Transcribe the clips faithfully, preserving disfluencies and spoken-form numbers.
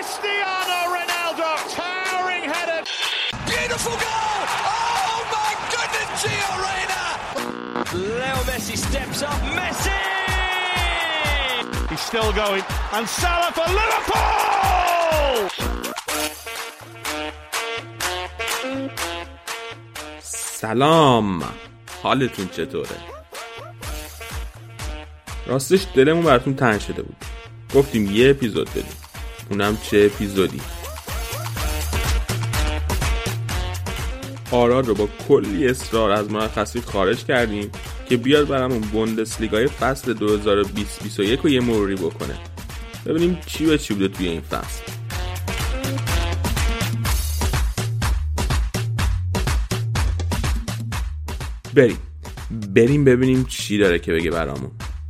Cristiano Ronaldo, towering header. Beautiful goal! Oh my goodness, Gio Reyna! Leo Messi steps up, Messi! He's still going, and Salah for Liverpool! سلام، حالتون چطوره؟ راستش دلمون براتون تنگ شده بود، گفتیم یه اپیزود بدیم، اونم چه اپیزودی؟ آراد رو با کلی اصرار از مرخصی خارج کردیم که بیاد برامون بوندسلیگای فصل دو هزار و بیست بیست و یک رو یه مروری بکنه، ببینیم چی به چی بوده توی این فصل. بریم بریم ببینیم چی داره که بگه برامون.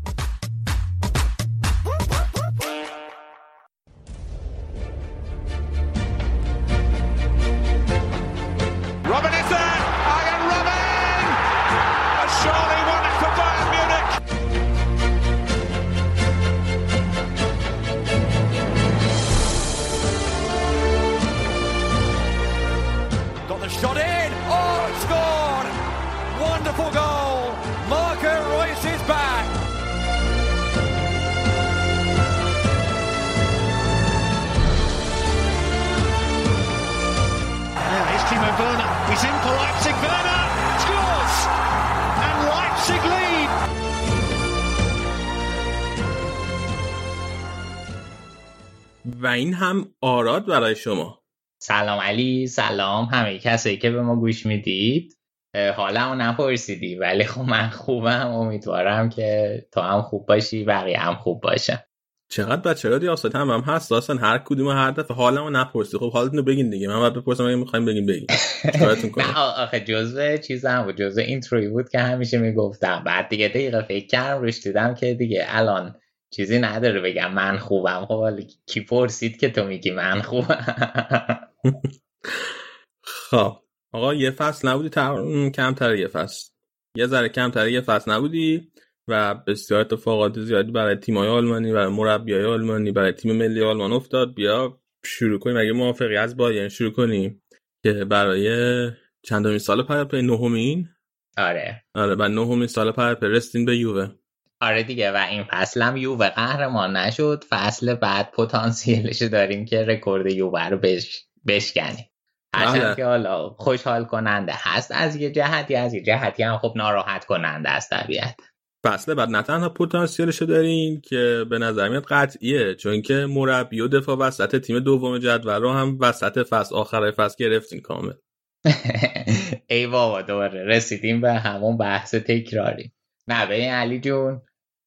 و این هم آراد برای شما. سلام علی، سلام همه کسایی که به ما گوش میدید. حالمو نپرسیدی ولی خب من خوبم، امیدوارم که تو هم خوب باشی، بقیه هم خوب باشن. چقدر بچه‌ها دیاست هم هم هست اصلا هر کدوم هر دفعه حالمو نپرسی. خب حالتون رو بگین دیگه، من بعد بپرسم اگه می‌خوایم بگین بگین. چیکارتون کنم؟ نه آخه جزء چیزام بود، جزء اینتروی بود که همیشه میگفتم، بعد دیگه دقیقه فکر کردم روش دیدم که دیگه الان چیزی نداره بگم من خوبم. خب ولی کی پرسید که تو میگی من خوبم؟ خب آقا یه فصل نبودی، تقریبا کمتر یه فصل یه ذره کمتر یه فصل نبودی و بسیار اتفاقات زیادی برای تیم‌های آلمانی، برای مربیای آلمانی، برای تیم ملی آلمان افتاد. بیا شروع کنیم، اگه موافقی از بایرن شروع کنیم که برای چندمین سال پی پی نهمین آره آره بعد نهمین سال پی پی رسیدین به یووه. آره دیگه، و این فصل هم یووه قهرمان نشد. فصل بعد پتانسیلش داریم که رکورد یووه رو بش... بشکنیم. هرچند که حالا خوشحال کننده هست از یه جهتی، از یه جهتی هم خب ناراحت کننده است طبیعت. فصل بعد نه تنها پتانسیلش داریم که به نظر میاد قطعیه، چون که مربی و دفاع وسط تیم دوم جدول رو هم وسط فصل آخرای فصل گرفتین کامل. ای بابا دوباره رسیدیم به همون بحث تکراری. نه ببین علی جون،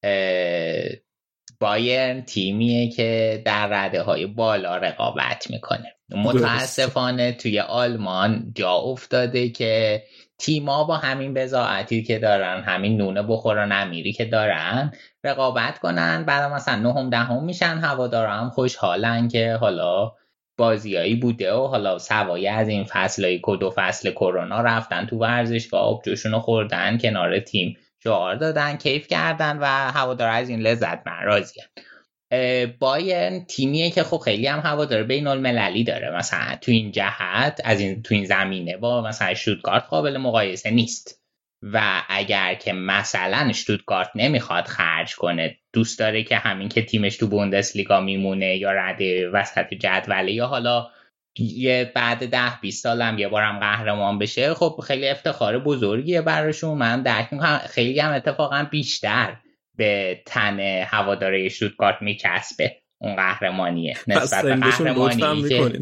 بایرن تیمیه که در رده‌های بالا رقابت میکنه. متاسفانه توی آلمان جا افتاده که تیما با همین بضاعتی که دارن، همین نونه بخورن امیری که دارن، رقابت کنن، بعد مثلا نهم دهم میشن، هوادارا هم خوشحالن که حالا بازیایی بوده و حالا سوایه از این فصلای دو فصل کرونا رفتن تو ورزشگاه، آبجوشونو خوردن، کنار تیم شعار دادن، کیف کردن و هوادارا از این لذت بردن، راضین. بایرن تیمیه که خب خیلی هم هوادار بین المللی داره، مثلا تو این جهت از این تو این زمینه با مثلا شتوتگارت قابل مقایسه نیست. و اگر که مثلا شتوتگارت نمیخواد خرج کنه، دوست داره که همین که تیمش تو بوندسلیگا میمونه یا رده وسط جدوله یا حالا یه بعد ده بیست سال هم یه بارم قهرمان بشه، خب خیلی افتخار بزرگیه براشون. من درک میکنم، خیلی هم اتفاقا بیشتر به تن هواداره شتوتگارت میچسبه اون قهرمانیه نسبت به قهرمانی که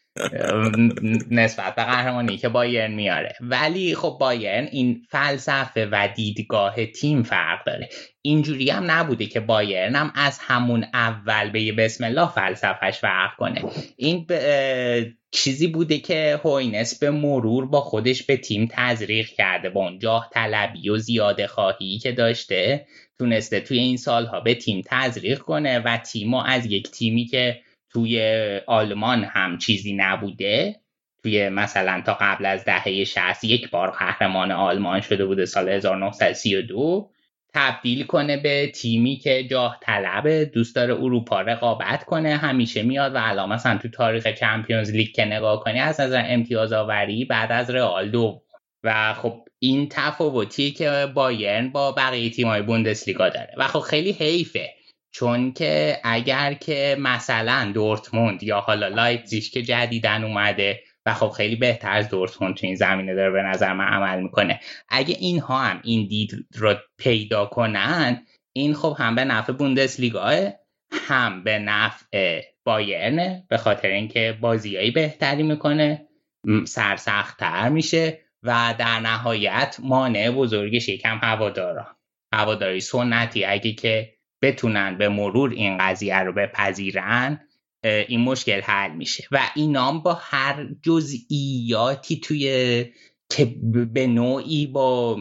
نسبت به قهرمانی که بایرن میاره. ولی خب بایرن این فلسفه و دیدگاه تیم فرق داره. اینجوری هم نبوده که بایرن هم از همون اول به بسم الله فلسفهش فرق کنه. این چیزی بوده که هوینس به مرور با خودش به تیم تزریق کرده، با اون جاه طلبی و زیاده خواهی که داشته تونسته توی این سالها به تیم تزریق کنه و تیمو از یک تیمی که توی آلمان هم چیزی نبوده، توی مثلا تا قبل از دهه شصت یک بار قهرمان آلمان شده بوده سال هزار و نهصد و سی و دو، تبدیل کنه به تیمی که جاه طلبه، دوست داره اروپا رقابت کنه، همیشه میاد و الان مثلا تو تاریخ چمپیونز لیگ که نگاه کنی از نظر امتیاز آوری بعد از رئال دو و خب این تفاوتی که بایرن با بقیه تیم‌های بوندسلیگا داره و خب خیلی حیفه، چون که اگر که مثلا دورتموند یا حالا لایپزیگ که جدیدن اومده و خب خیلی بهتر از دورتموند تو این زمینه داره به نظر من عمل میکنه، اگه اینها هم این دید رو پیدا کنن این خب هم به نفع بوندسلیگاه هم به نفع بایرنه، به خاطر اینکه بازیایی بهتری میکنه، سرسخت‌تر میشه و در نهایت مانع بزرگش یکم هوادارا هواداری سنتی اگه که بتونن به مرور این قضیه رو بپذیرن این مشکل حل میشه و اینام با هر جزئیاتی توی که به نوعی با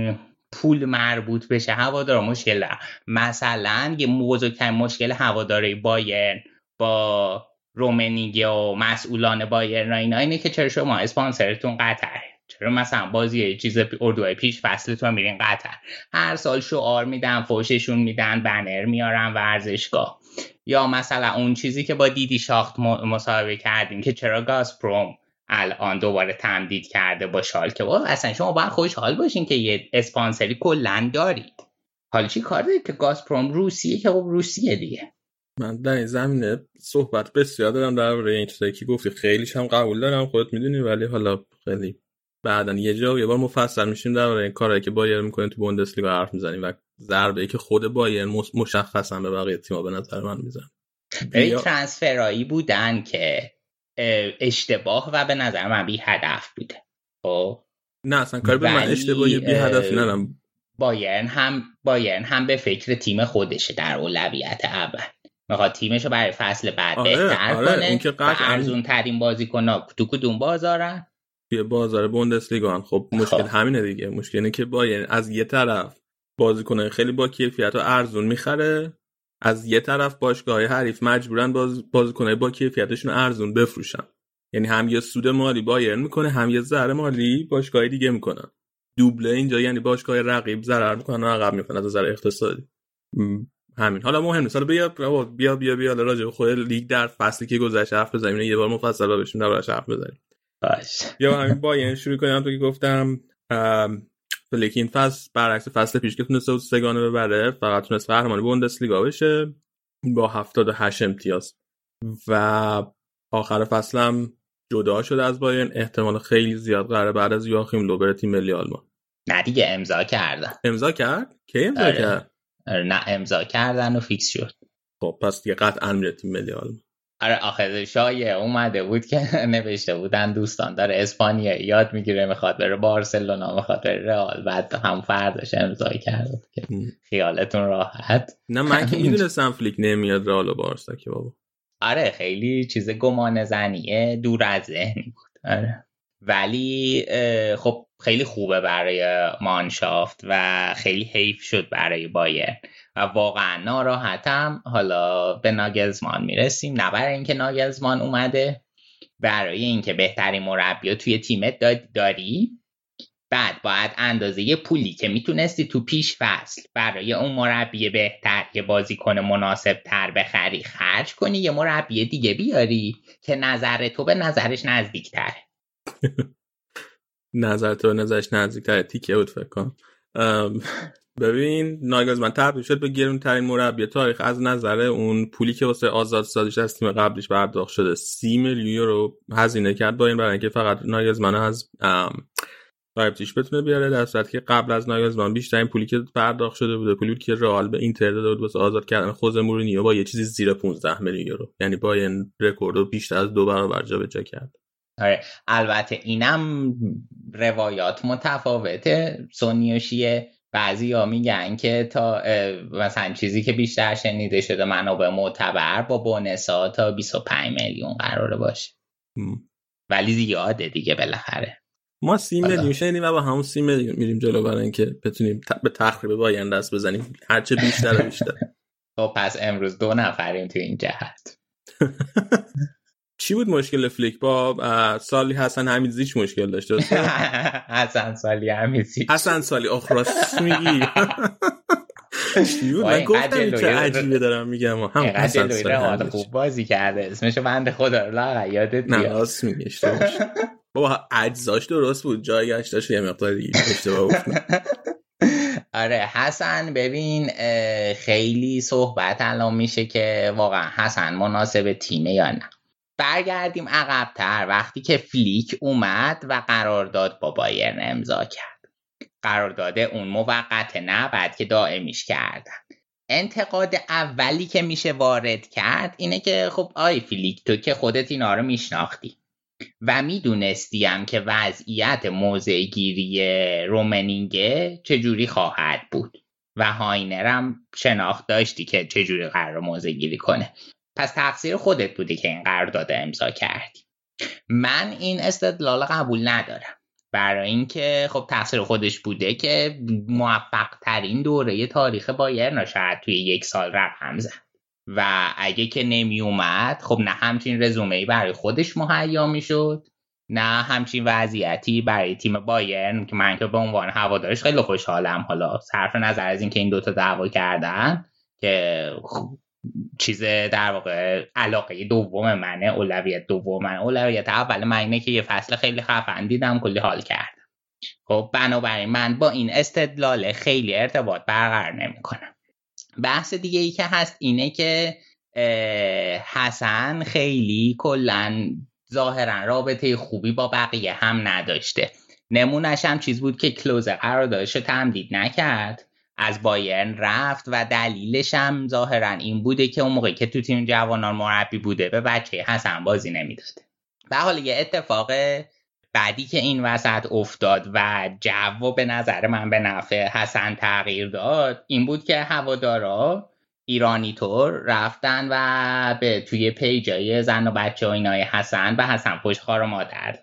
پول مربوط بشه هوادارا مشکل دارن. مثلا یه بزرگترین مشکل هواداری بایرن با رومنیگه و مسئولان بایرن اینا اینه که چرا شما اسپانسرتون قطره، چرا مثلا بازی چیز اردوهای پیش فصلتون میرین قطر، هر سال شعار میدن، فوششون میدن، بنر میارن ورزشگاه، یا مثلا اون چیزی که با دیدی شاخت مصاحبه کردیم که چرا گازپروم الان دوباره تمدید کرده با شالکه، و اصلا شما باید خوشحال باشین که یه اسپانسری کلن دارید، حالا چی کار دارید که گازپروم روسیه که خب روسیه دیگه. من در این زمینه صحبت بسیار دارم درباره این چیزایی که گفتی، خیلیش هم قبول دارم خودت میدونی، ولی حالا خیلی بعداً یه جا یه بار مفصل میشیم درباره این کارهایی که بایرن میکنه تو بوندسلیگا حرف میزنیم و ضربه‌ای که خود بایرن مشخصا به بقیه تیم‌ها به نظر من میزنه. این ترانسفرایی بودن که اشتباه و به نظر من بی هدف بوده. خب نه اصلا کار به من اشتباهی بی هدف ندارم. بایرن هم بایرن هم به فکر تیم خودشه در اولویت اول. میخواد تیمشو برای فصل بعد آره، بهتر آره، کنه و ارزون ترین بازیکن‌ها تو کدوم بازارن؟ توی بازار بوندسلیگا. خب مشکل خب. همینه دیگه، مشکل اینه که بایرن از یه طرف بازیکن‌های خیلی با کیفیت و ارزون میخره، از یه طرف باشگاه‌های حریف مجبورن باز بازیکن‌های با کیفیتشون ارزون بفروشن. یعنی هم یه سود مالی بایرن میکنه، هم یه ضرر مالی باشگاه‌های دیگه میکنن. دوبله اینجا، یعنی باشگاه رقیب ضرر میکنن و عقب میکنن از نظر اقتصادی. همین. حالا مهم نیست، حالا بیا بیا بیا بیا راجع به خود لیگ در فصلی که گذشته حرف بزنیم، یه بار مفصل بشیم دربارش حرف بزنیم. باشه. یا همین بایرن شروع کنم تو که گفتم فلیک این فصل برعکس فصل پیش که تونسته بود سگانه ببره، فقط تونست قهرمان بوندسلیگا بشه با هفتاد و هشت امتیاز و آخر فصل هم جدا شده از بایرن. احتمال خیلی زیاد قراره بعد از یواخیم لو بره تیم ملی آلمان. نه دیگه امضا کردن. امضا کرد؟ کی امضا آره. کرد؟ آره نه امضا کردن و فیکس شد. خب پس دیگه قطعاً میره تیم ملی آلمان. آره آخه شایعه اومده بود که نوشته بودن دوستان داره اسپانیا یاد میگیره میخواد بره بارسلونا، میخواد بره رئال، بعد هم فرداش امضا کرد که خیالتون راحت. نه من که میدونستم فلیک نمیاد رئال و بارسا که بابا. آره خیلی چیز گمان زنیه دور از ذهنی بود. آره ولی خب خیلی خوبه برای مانشافت و خیلی حیف شد برای بایرن و واقعا ناراحتم. حالا به ناگلزمان میرسیم، نه برای اینکه ناگلزمان اومده، برای اینکه بهترین مربی توی تیمت داری، بعد باید اندازه یه پولی که میتونستی تو پیش فصل برای اون مربی بهتر یه بازیکن مناسب تر بخری خرج کنی، یه مربی دیگه بیاری که نظر تو به نظرش نزدیک تره. نظر تو نظرش نزدیک تره تیکه بود فکر کنم. ببین ناگلزمن تبدیل شد به گرون ترین مربی تاریخ از نظر اون پولی که واسه آزادسازیش از تیم قبلیش پرداخت شده. سی میلیون یورو هزینه کرد با این برای اینکه فقط ناگلزمن از لایپزیگ بتونه بیاره، در صورتی که قبل از ناگلزمان بیشترین پولی که پرداخت شده بوده پولی بود که رئال به اینتر داده بود واسه آزاد کردن خوزه مورینیو با یه چیزی زیر پانزده میلیون یورو، یعنی با این رکوردو بیشتر از دو برابر جابجا کرد. آره البته اینم روایات متفاوته سونیوشیه، بعضیا میگن که تا مثلا چیزی که بیشتر شنیده شده منابع معتبر با بونسا تا بیست و پنج میلیون قراره باشه م. ولی زیاده دیگه بالاخره. ما سی میلیون شنیدیم و با همون سی میلیون میریم جلو برای اینکه بتونیم ت... به تخریب بایرن دست بزنیم هرچه بیشتر و بیشتر. خب پس امروز دو نفریم تو این جهت. چی بود مشکل فلیک با سالی حسن حمیدزی؟ چی مشکل داشت؟ حسن سالی حمیدزی حسن سالی آخ راست میگی. من گفتم چه عجیبه دارم میگم هم حسن سلیمی خوب بازی کرده اسمشو بنده خدا رو لاغا یادت بیاد. نه راست میگی اشتباه بابا اجزاش درست بود جایگاش داشت یه مقدار دیگه اشتباه بود. آره حسن ببین خیلی صحبت الان میشه که واقعا حسن مناسب تیمه یا نه. برگردیم عقب‌تر وقتی که فلیک اومد و قرارداد با بایرن امضا کرد. قرارداد اون موقت نه بعد که دائمیش کردن. انتقاد اولی که میشه وارد کرد اینه که خب آی فلیک تو که خودت اینا رو میشناختی و میدونستیم که وضعیت موضع گیری رومنینگه چجوری خواهد بود و هاینرم شناخت داشتی که چجوری قرار موضع گیری کنه، پس تقصیر خودت بوده که این قرارداد امضا کردی. من این استدلال قبول ندارم برای اینکه خب تقصیر خودش بوده که موفق ترین دوره تاریخ بایرن شاید توی یک سال رقم زد و اگه که نمی اومد خب نه همچین رزومه‌ای برای خودش مهیا میشد نه همچین وضعیتی برای تیم بایرن که من که به عنوان هوادارش خیلی خوشحالم، حالا صرف نظر از اینکه این دوتا دعوا کردن که چیز در واقع علاقه دوم منه، اولویت دوم منه. اولویت اول من اینه که یه فصل خیلی خفن دیدم کلی حال کردم. خب بنابراین من با این استدلال خیلی ارتباط برقرار نمی‌کنم. بحث دیگه ای که هست اینه که حسن خیلی کلن ظاهرا رابطه خوبی با بقیه هم نداشته. نمونش هم چیز بود که کلوز قراردادش رو تمدید نکرد، از بایرن رفت و دلیلش هم ظاهرا این بوده که اون موقعی که تو تیم جوانان مربی بوده به بچه حسن بازی نمیداده. و حالا یه اتفاق بعدی که این وسط افتاد و جو به نظر من به نفع حسن تغییر داد این بود که هوادارا ایرانی طور رفتن و به توی پیجای زن و بچه و اینای حسن به حسن پشت خار و مادر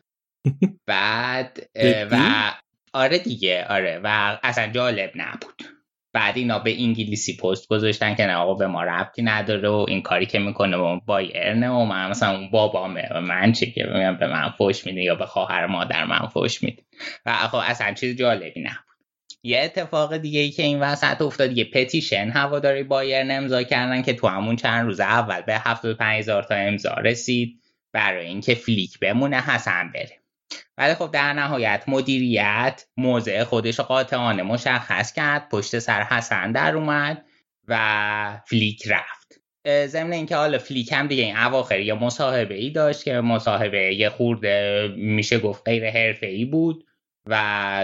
بعد و آره دیگه آره و اصلا جالب نبود. بعد اینا به انگلیسی پست گذاشتن که نه آقا به ما ربطی نداره و این کاری که میکنه با بایرن و من مثلا اون بابامه و من چه که به من فوش میده یا به خواهر مادر من فوش میده و آخه اصلا چیز جالبی نبود. یه اتفاق دیگه ای که این وسط افتاد، یه پتیشن هواداری بایرن امضا کردن که تو همون چند روز اول به هفتاد و پنج هزار تا امضا رسید برای اینکه فلیک بمونه حسن بره. ولی خب در نهایت مدیریت موضع خودش قاطعانه مشخص کرد، پشت سر حسن در اومد و فلیک رفت. ضمن اینکه حالا فلیک هم دیگه این اواخر یه مصاحبه ای داشت که مصاحبه یه خورده میشه گفت غیر حرفه‌ای بود و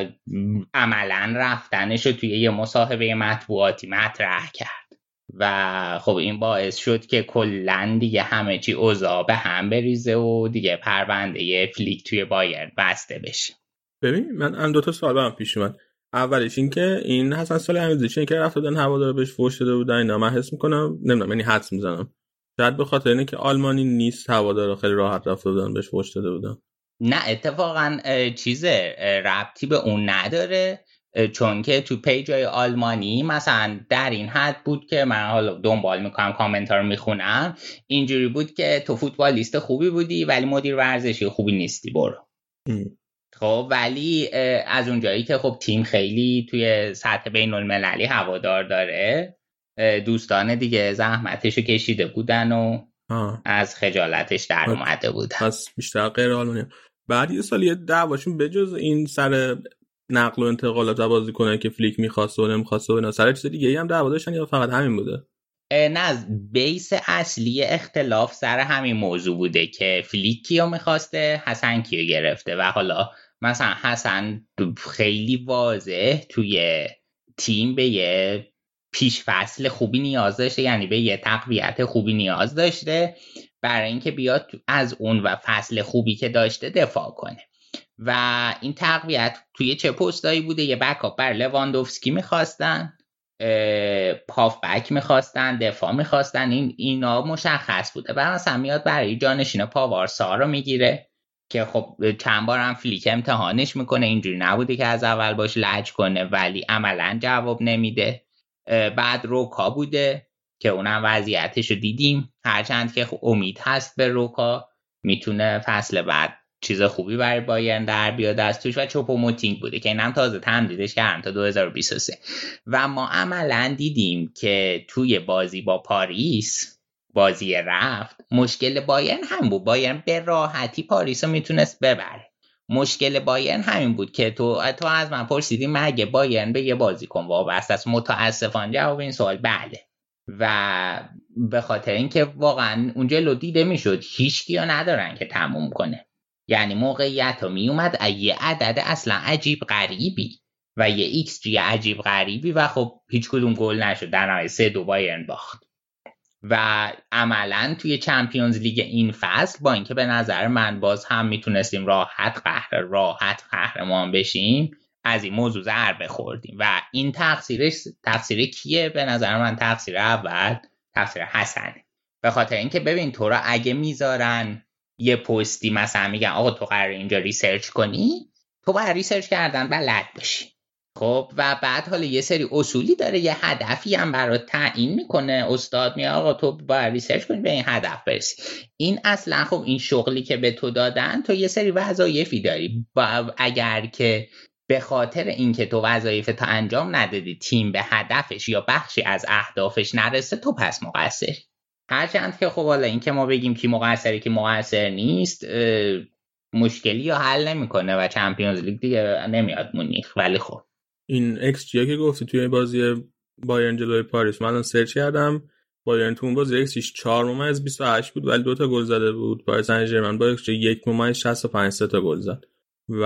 عملاً رفتنش رو توی یه مصاحبه مطبوعاتی مطرح کرد و خب این باعث شد که کلاً دیگه همه چی اوضاع به هم بریزه و دیگه پرونده فلیک توی بایرن بسته بشه. ببین من هم دو تا سوال برام پیش اومد. اولیش این که این حسن سلیمی که رفت دادن هوادارا بهش فوش داده بودن اینا، من حس میکنم نمیدونم یعنی حدس میزنم شاید به خاطر اینه که آلمانی نیست هوادارا خیلی راحت رفت دادن بهش فوش داده بودن. نه اتفاقا چیزه ربطی به اون نداره، چون که تو پیجای آلمانی مثلا در این حد بود که من حالا دنبال میکنم کامنت ها رو میخونم، اینجوری بود که تو فوتبالیست خوبی بودی ولی مدیر ورزشی خوبی نیستی برو. خب ولی از اونجایی که خب تیم خیلی توی سطح بین المللی هوادار داره، دوستان دیگه زحمتشو کشیده بودن و آه. از خجالتش در اومده بودن. پس بیشتر غیر آلمانی. بعد یه سال یه دعواشون بجز این سر نقل و انتقالات بازیکنه که فلیک می‌خواست و نمی‌خواست و اینا، سر چیز دیگه‌ای هم دعوا داشتن یا فقط همین بوده؟ نه بیس اصلی اختلاف سر همین موضوع بوده که فلیک کیو می‌خواسته، حسن کیو گرفته و حالا مثلا حسن خیلی واضح توی تیم به یه پیش فصل خوبی نیاز داشته، یعنی به یه تقویت خوبی نیاز داشته برای اینکه بیاد از اون و فصل خوبی که داشته دفاع کنه و این تقویت توی چه پستایی بوده؟ یه بکاپ بر لواندوفسکی میخواستن، پاف بک میخواستن، دفاع میخواستن، این اینا مشخص بوده و مثلا میاد برای جانشین پاوارسا رو میگیره که خب چند بار هم فلیک امتحانش میکنه، اینجوری نبوده که از اول باش لج کنه ولی عملا جواب نمیده. بعد روکا بوده که اونم وضعیتش رو دیدیم، هرچند که امید هست به روکا میتونه فصل بعد چیز خوبی برای بایرن در بیاد از توش و چوپوموتینگ بوده که اینم تازه تمدیدش کردن تا دو هزار و بیست و سه و ما عملا دیدیم که توی بازی با پاریس، بازی رفت، مشکل بایرن هم بود. بایرن به راحتی پاریس رو میتونست ببره. مشکل بایرن همین بود که تو تو از من پرسیدی مگه بایرن به یه بازیکن وابسته است؟ متاسفانه جواب این سوال بله. و به خاطر اینکه واقعا اونجا لو دیده میشد هیچ کیو ندارن که تموم کنه. یعنی موقعیت ها می اومد یه عدد اصلا عجیب غریبی و یه ایکس جی عجیب غریبی و خب هیچ کدوم گل نشد. در نهایت سه دو بایرن باخت. و عملا توی چمپیونز لیگ این فصل با اینکه به نظر من باز هم میتونستیم راحت قهر راحت قهرمان بشیم، از این موضوع ضربه خوردیم و این تقصیرش تقصیر کیه؟ به نظر من تقصیر اول تقصیر حسنه. به خاطر اینکه ببین تو را اگه میذارن یه پستی مثلا میگن آقا تو قراره اینجا ریسرچ کنی، تو باید ریسرچ کردن بلد باشی. خب و بعد حالا یه سری اصولی داره، یه هدفی هم برات تعیین میکنه استاد، میگه آقا تو باید ریسرچ کنی به این هدف برسی. این اصلا خب این شغلی که به تو دادن، تو یه سری وظایفی داری. با اگر که به خاطر اینکه تو وظایفت تا انجام ندادی تیم به هدفش یا بخشی از اهدافش نرسه، تو پس مقصری. هرچند که خب حالا این که ما بگیم کی مقصری کی مقصر نیست مشکلی رو حل نمیکنه و چمپیونز لیگ دیگه نمیاد مونیخ. ولی خب این ایکس جی که گفتی توی بازی بایرن جلوی پاریس، من الان سرچ کردم، بایرن تو اون بازی ایکس جی چهار ممیز بیست و هشت بود ولی دو تا گل زده بود. پاریس سن ژرمن با ایکس جی یک ممیز شصت و پنج سه تا گل زد و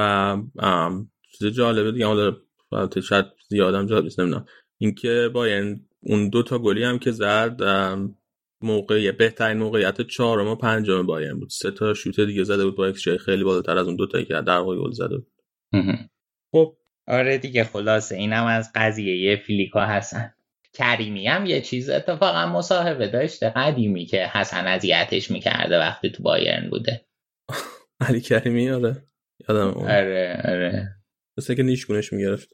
چیز جالبه دیگه، حالا البته شاید زیادم جالب نیست نمیدونم، اینکه بایرن اون دو تا گلی هم که زد موقعی بهترین موقعیت چهارم و پنجم بایرن بود. سه تا شوت دیگه زده بود با ایکس جی خیلی بالاتر از اون دو تایی که در واقع گل زده بود. خب آره دیگه، خلاصه اینم از قضیه فیلیکا حسن. کریمی هم یه چیز اتفاقا مصاحبه داشته قدیمی که حسن اذیتش میکرده وقتی تو بایرن بوده. علی کریمی آره یادم اون. آره آره مثل که نیشگونش میگرفت.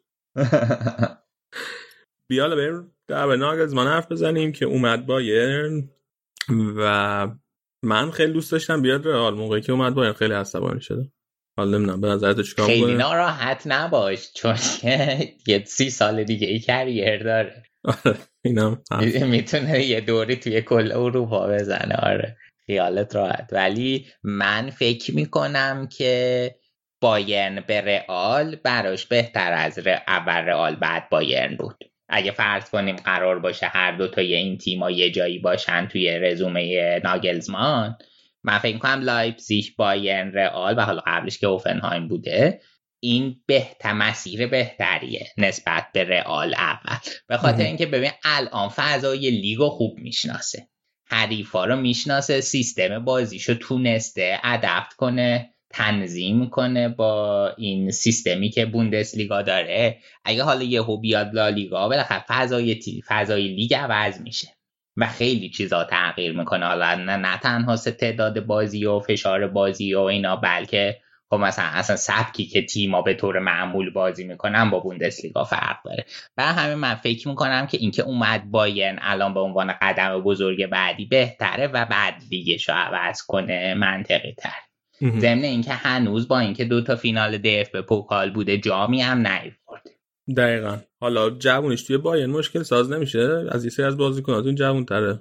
بیالا بریم در ناگلزمان حرف بزنیم که اومد بایرن و من خیلی دوست داشتم بیاد رئال. موقعی که اومد بایرن خیلی عصبانی شده. حالا نمیدونم به نظرت چیکار کنه؟ خیلی ناراحت نباش چون یه سی سال دیگه ای کریر داره. آره اینم میتونه یه دوری توی کل اروپا بزنه. آره خیالت راحت. ولی من فکر میکنم که بایرن به رئال براش بهتر از اول رئال بعد بایرن بود. اگه فرض کنیم قرار باشه هر دو تا این تیم‌ها یه جایی باشن توی رزومه ناگلزمان، من فکر می‌کنم لایپزیگ بایرن رئال و حالا قبلش که هوفنهایم بوده این بهتر مسیر بهتریه نسبت به رئال اول. به خاطر اینکه ببین الان فضای لیگو خوب میشناسه، حریفا رو میشناسه، سیستم بازیشو تونسته ادپت کنه، تنظیم کنه با این سیستمی که بوندسلیگا داره. اگه حالا یهو بیاد لالیگا بالاخره فضای تی... فضای لیگ عوض میشه و خیلی چیزا تغییر میکنه. حالا نه, نه تنها تعداد بازی و فشار بازی و اینا، بلکه خب مثلا اصلا سبکی که تیم‌ها به طور معمول بازی میکنن با بوندسلیگا فرق داره. برای همین من فکر میکنم که اینکه اومد بایرن الان به عنوان قدم بزرگ بعدی بهتره و بعد لیگشو عوض کنه منطقی تر. ضمن اینکه هنوز با اینکه دو تا فینال دی اف به پوکال بوده جامی هم نیاورده. دقیقاً. حالا جوونش توی بایرن مشکل ساز نمیشه؟ از یه سری از بازیکناتون جوون تره.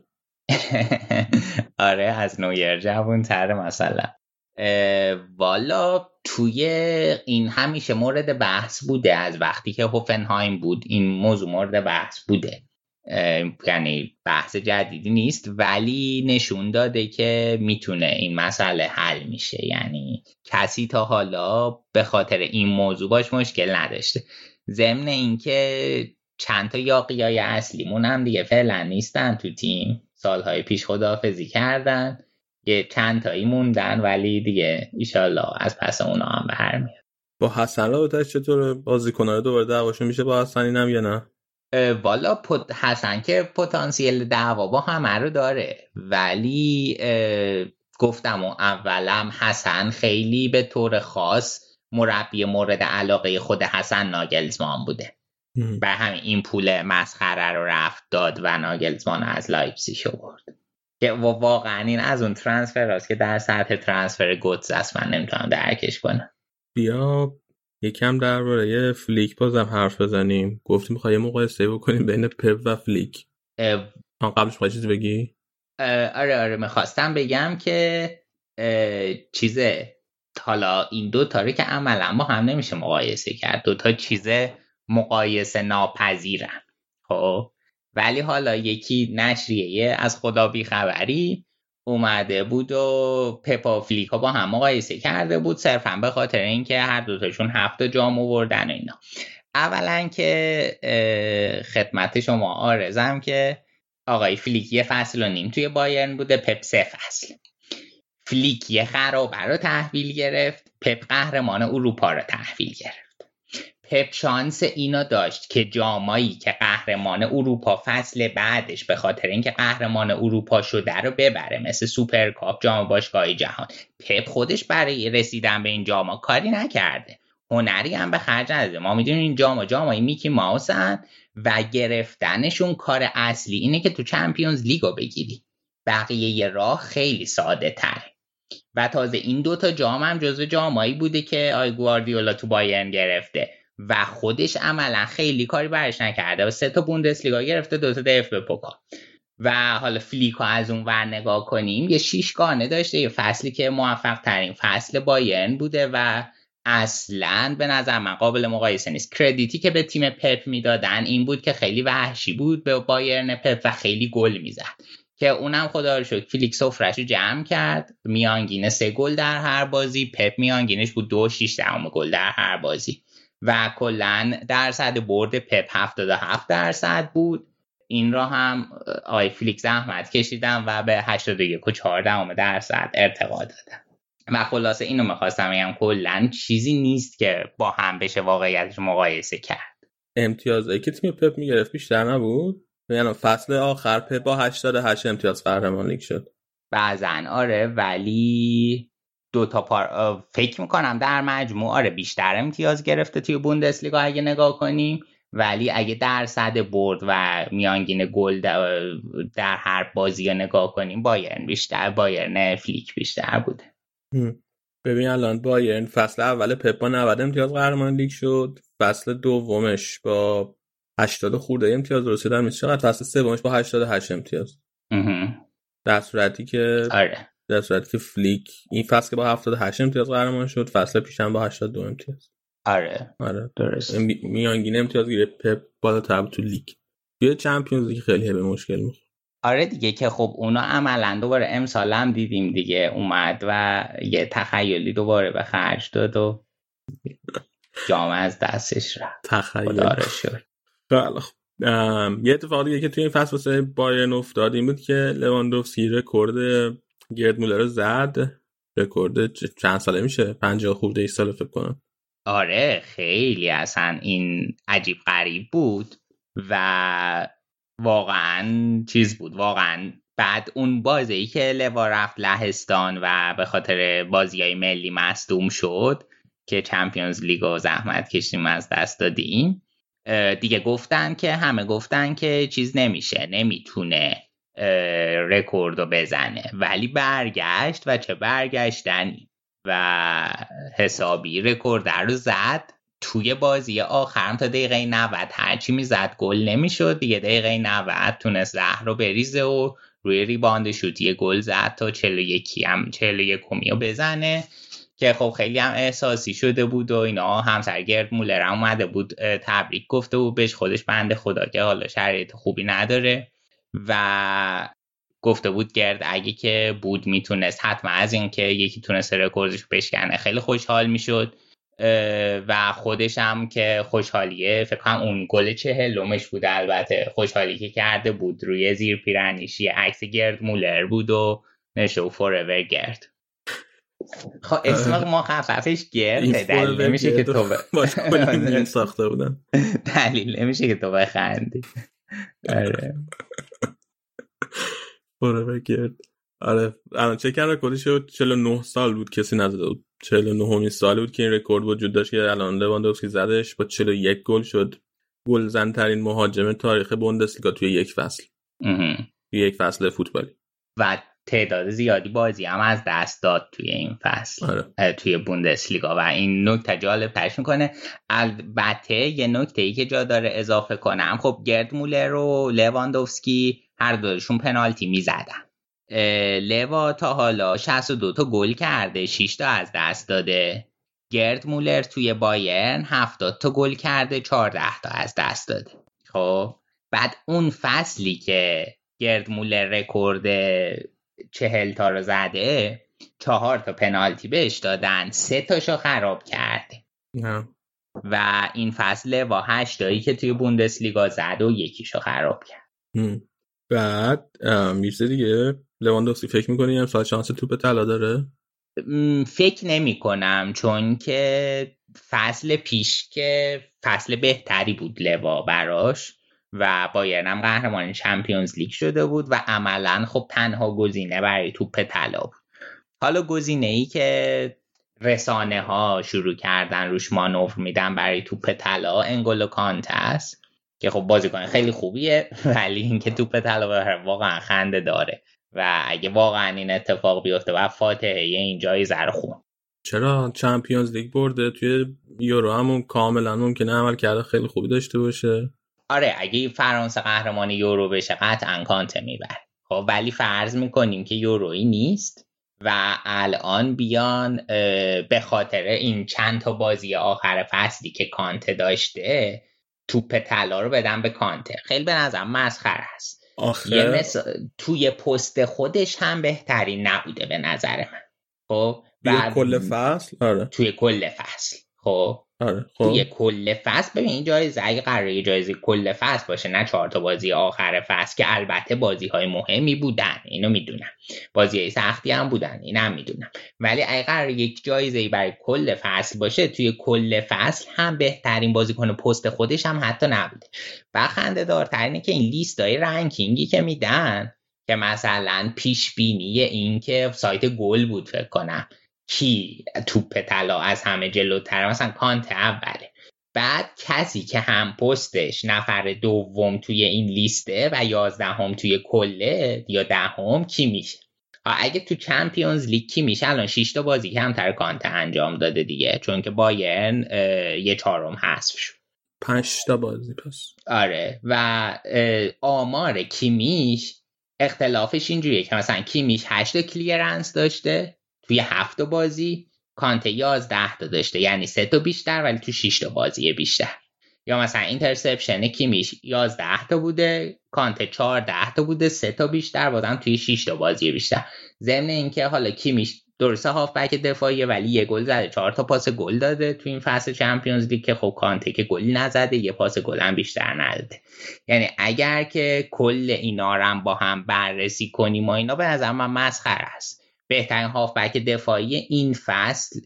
آره از نویر جوون تره مثلا. والا توی این همیشه مورد بحث بوده، از وقتی که هوفنهایم بود این موضوع مورد بحث بوده، یعنی بحث جدیدی نیست، ولی نشون داده که میتونه این مسئله حل میشه. یعنی کسی تا حالا به خاطر این موضوع باش مشکل نداشته. ضمن اینکه چند تا یاقیای اصلیمون هم دیگه فعلا نیستن تو تیم، سالهای پیش خداحافظی کردن، یه چند تایی موندن ولی دیگه ایشالله از پس اونا هم بر میاد. با حسن رابطه‌اش چطوره؟ بازیکن‌ها رو دوباره دعواشون میشه با حسن اینم یا نه؟ والا پت... حسن که پتانسیل دعوا با همه رو داره، ولی گفتم و اولم حسن خیلی به طور خاص مربی مورد علاقه خود حسن ناگلزمان بوده. به همین این پول مسخره رو رفت داد و ناگلزمان از لایپزیگ آورد. که واقعا این از اون ترانسفر هست که در سطح ترانسفر گوتس است، من نمیتونم درکش کنم. بیا یکم درباره فلیک بازم حرف بزنیم. گفتیم می‌خوایم مقایسه بکنیم بین پپ و فلیک. آن قبلش می‌خوای چیزی بگی؟ آره آره می‌خواستم بگم که چیزه حالا این دو تا رو که عملاً با هم نمیشه مقایسه کرد، دو تا چیز مقایسه ناپذیرن. خب ولی حالا یکی نشریه از خدا بی خبری اومده بود و پپ و فلیک با هم مقایسه کرده بود، صرفاً به خاطر اینکه هر دو تاشون هفت جام آوردن و اینا. اولاً که خدمت شما عرضم که آقای فلیک یه فصل و نیم توی بایرن بوده، پپ سه فصل. فلیک یه خرابه رو تحویل گرفت، پپ قهرمان اروپا رو تحویل گرفت. پپ شانس اینو داشت که جامایی که قهرمان اروپا فصل بعدش به خاطر اینکه قهرمان اروپا شده رو ببره، مثل سوپرکاپ، جام باشگاهی جهان. پپ خودش برای رسیدن به این جاما کاری نکرده، هنری هم به خرج نداده. ما میدونیم این جاما جامای میکی ماوسن و گرفتنشون کار اصلی اینه که تو چمپیونز لیگو بگیری، بقیه یه راه خیلی ساده تره. و تازه این دوتا جام هم جزو جامایی بوده که آی گواردیولا تو بایرن گرفته و خودش عملا خیلی کاری برش نکرده و سه تا بوندسلیگا گرفته، دو تا دف به پوکال. و حالا فلیکو از اون ور نگاه کنیم، یه شیشگانه داشته، یه فصلی که موفق ترین فصل بایرن بوده و اصلاً به نظر من قابل مقایسه نیست. کردیتی که به تیم پپ میدادن این بود که خیلی وحشی بود به بایرن پپ و خیلی گل میزد، که اونم خدا رو شکر فلیک سفرش رو جمع کرد، میانگینه سه گل در هر بازی، پپ میانگینش بود دو شیش دهم گل در هر بازی و کلاً درصد برد پپ هفتاد و هفت درصد بود. این را هم آقای فلیک زحمت کشیدن و به هشتاد و یک و چهار دهم درصد ارتقا دادن. و خلاصه اینو میخواستم بگم کلاً چیزی نیست که با هم بشه واقعیتش مقایسه کرد. امتیازایی که تیم پپ میگرفت بیشتر نبود؟ یعنی فصل آخر پپ با هشتاد و هشت امتیاز قهرمان لیگ شد. بعضن آره، ولی دو تا پار فکر میکنم در مجموع آره بیشتر امتیاز گرفته توی بوندسلیگا اگه نگاه کنیم، ولی اگه درصد برد و میانگین گل در هر بازی نگاه کنیم بایرن بیشتر، بایرن فلیک بیشتر بوده. ببین الان بایرن فصل اول پپ با نود امتیاز قهرمان لیگ شد، فصل دومش با هشتاد خورده امتیاز رسیدن میشه، چقدر فصل سومش با هشتاد و هشت امتیاز. در صورتی که آره در صورتی که فلیک این فصل که با هفتاد و هشت امتیاز قهرمان شد، فصل پیشم با هشتاد و دو امتیاز. آره آره درست. می... میانگین امتیاز گیره پپ بالاتر تو لیگ. توی چمپیونز لیگ خیلی به مشکل میخوره. آره دیگه، که خب اونا عملاً دوباره امسال هم دیدیم دیگه، اومد و یه تخیلی دوباره به خرج داد و جام از دستش رفت. تخیل. خدا رو شکر. خیلی خوب. یه اتفاق دیگه که توی این فصل واسه بایرن افتاد این بود که لواندوفسکی رکورد گرد مولر رو زد. رکورد چند ساله میشه؟ پنجاه خورده ای سال فکر کنم. آره خیلی اصلا این عجیب غریب بود و واقعا چیز بود. واقعا بعد اون بازی که لوا رفت لهستان و به خاطر بازیای ملی مصدوم شد که چمپیونز لیگ و زحمت کشیدیم از دست دادیم، دیگه گفتن که همه گفتن که چیز نمیشه، نمیتونه رکوردو بزنه، ولی برگشت و چه برگشتنی و حسابی رکورد رو زد. توی بازی آخرم تا دقیقه نود هرچی میزد گل نمیشد دیگه، دقیقه نود تونست زهر رو بریزه و روی ریباند شوتی گل زد تا چهل و یک هم چهل و یک رو بزنه که خب خیلی هم احساسی شده بود و اینا. همسر گرد مولر هم اومده بود تبریک گفته بود بهش، خودش بنده خدا که حالا شرایط خوبی نداره و گفته بود گرد اگه که بود میتونست حتما از این که یکی تونست رکوردش بشکنه خیلی خوشحال میشد و خودش هم که خوشحالیه فکر کنم اون گل چهلمش بود، البته خوشحالی که کرده بود روی زیر پیرنیش یه عکس گرد مولر بود و نشو فوراور گرد. خب اسم ما خففش گرده، دلیل نمیشه که تو باید ساخته بودن، دلیل نمیشه که تو بخندی. آره فوراور گرد. آره الان چک کردم رکوردش چهل و نه سال بود کسی نزده بود، چهل و نهمین سال بود که این رکورد وجود داشت که الان لواندوفسکی زدش، با چهل و یک گل شد گلزن ترین مهاجم تاریخ بوندسلیگا توی یک فصل. توی یک فصل فوتبالی. و تعداد زیادی بازی هم از دست داد توی این فصل. آره. توی بوندسلیگا و این نکته جالب ترش میکنه. البته یه نکته ای که جا داره اضافه کنم، خب گرد مولر و لواندوفسکی هر دوشون پنالتی میزدن. لوا تا حالا شصت و دو تا گل کرده، شش تا از دست داده. گرد مولر توی بایرن هفتاد تا گل کرده، چهارده تا از دست داده. خب بعد اون فصلی که گرد مولر رکورد چهل تا رو زده، چهار تا پنالتی بهش دادن، سه تاشو خراب کرده. نه. و این فصل با هشت تایی که توی بوندسلیگا زد و یکیشو خراب کرد. بعد میشه دیگه لواندوفسکی فکر می‌کنی این فصل شانس توپ طلا داره؟ فکر نمی کنم، چون که فصل پیش که فصل بهتری بود لوا براش و بایرن هم قهرمان چمپیونز لیگ شده بود و عملاً خب تنها گزینه برای توپ طلا بود. حالا گزینه‌ای که رسانه ها شروع کردن روش مانور میدن برای توپ طلا انگولو کانته است که خب بازیکن خیلی خوبیه، ولی اینکه توپ طلا واقعا خنده داره و اگه واقعا این اتفاق بیفته و فاتحه این جایزه رو خون. چرا چمپیونز لیگ برده، توی یورو همون کاملا ممکنه عمل کرده خیلی خوبی داشته باشه. آره اگه فرانسه قهرمان یورو بشه قطعا کانته میبره. خب ولی فرض میکنیم که یورویی نیست و الان بیان به خاطر این چند تا بازی آخر فصلی که کانته داشته توپ طلا رو بدن به کانته. خیلی به نظرم مسخره است. یه مثل توی پست خودش هم بهترین نبوده به نظر من. خب توی کل فصل آره توی کل فصل خب آره خب توی کل فصل ببین این جایزه اگه قراره جایزه کل فصل باشه نه چهار تا بازی آخر فصل که البته بازی‌های مهمی بودن اینو میدونم، بازی‌های سختی هم بودن اینم میدونم، ولی اگه قراره یک جایزه‌ای برای کل فصل باشه توی کل فصل هم بهترین بازیکن پست خودش هم حتی نبوده. و خنده دارترینه که این لیستای رنکینگی که میدن که مثلا پیش بینی این که سایت گل بود فکر کنم کی توپ طلا از همه جلوتر، مثلا کانته اوله، بعد کسی که هم پستش نفر دوم توی این لیسته و یازدهم توی کله یا دهم کی میشه. اگه تو چمپیونز لیگ کی میشه الان شش تا بازی کمتر کانته انجام داده دیگه، چون که بایرن یه چهارم حذف شد، پنج تا بازی پس. آره و آمار کیمیش اختلافش اینجوریه که مثلا کیمیش هشت تا کلیرنس داشته توی هفت بازی، کانته یازده تا داشته یعنی سه تا بیشتر ولی تو شش تا بازی بیشتر. یا مثلا اینترسپشن کیمیش یازده تا بوده، کانته چهارده تا بوده، سه تا بیشتر بودن توی شش تا بازی بیشتر. ضمن اینکه حالا کیمیش درسته هافبک دفاعیه ولی یه گل زده، چهار تا پاس گل داده تو این فصل چمپیونز لیگ که خب کانته که گلی نزده یه پاس گل هم بیشتر نداده. یعنی اگر که کل اینا رو با هم بررسی کنیم و اینا به نظر من مسخره است. بهترین هافبک دفاعی این فصل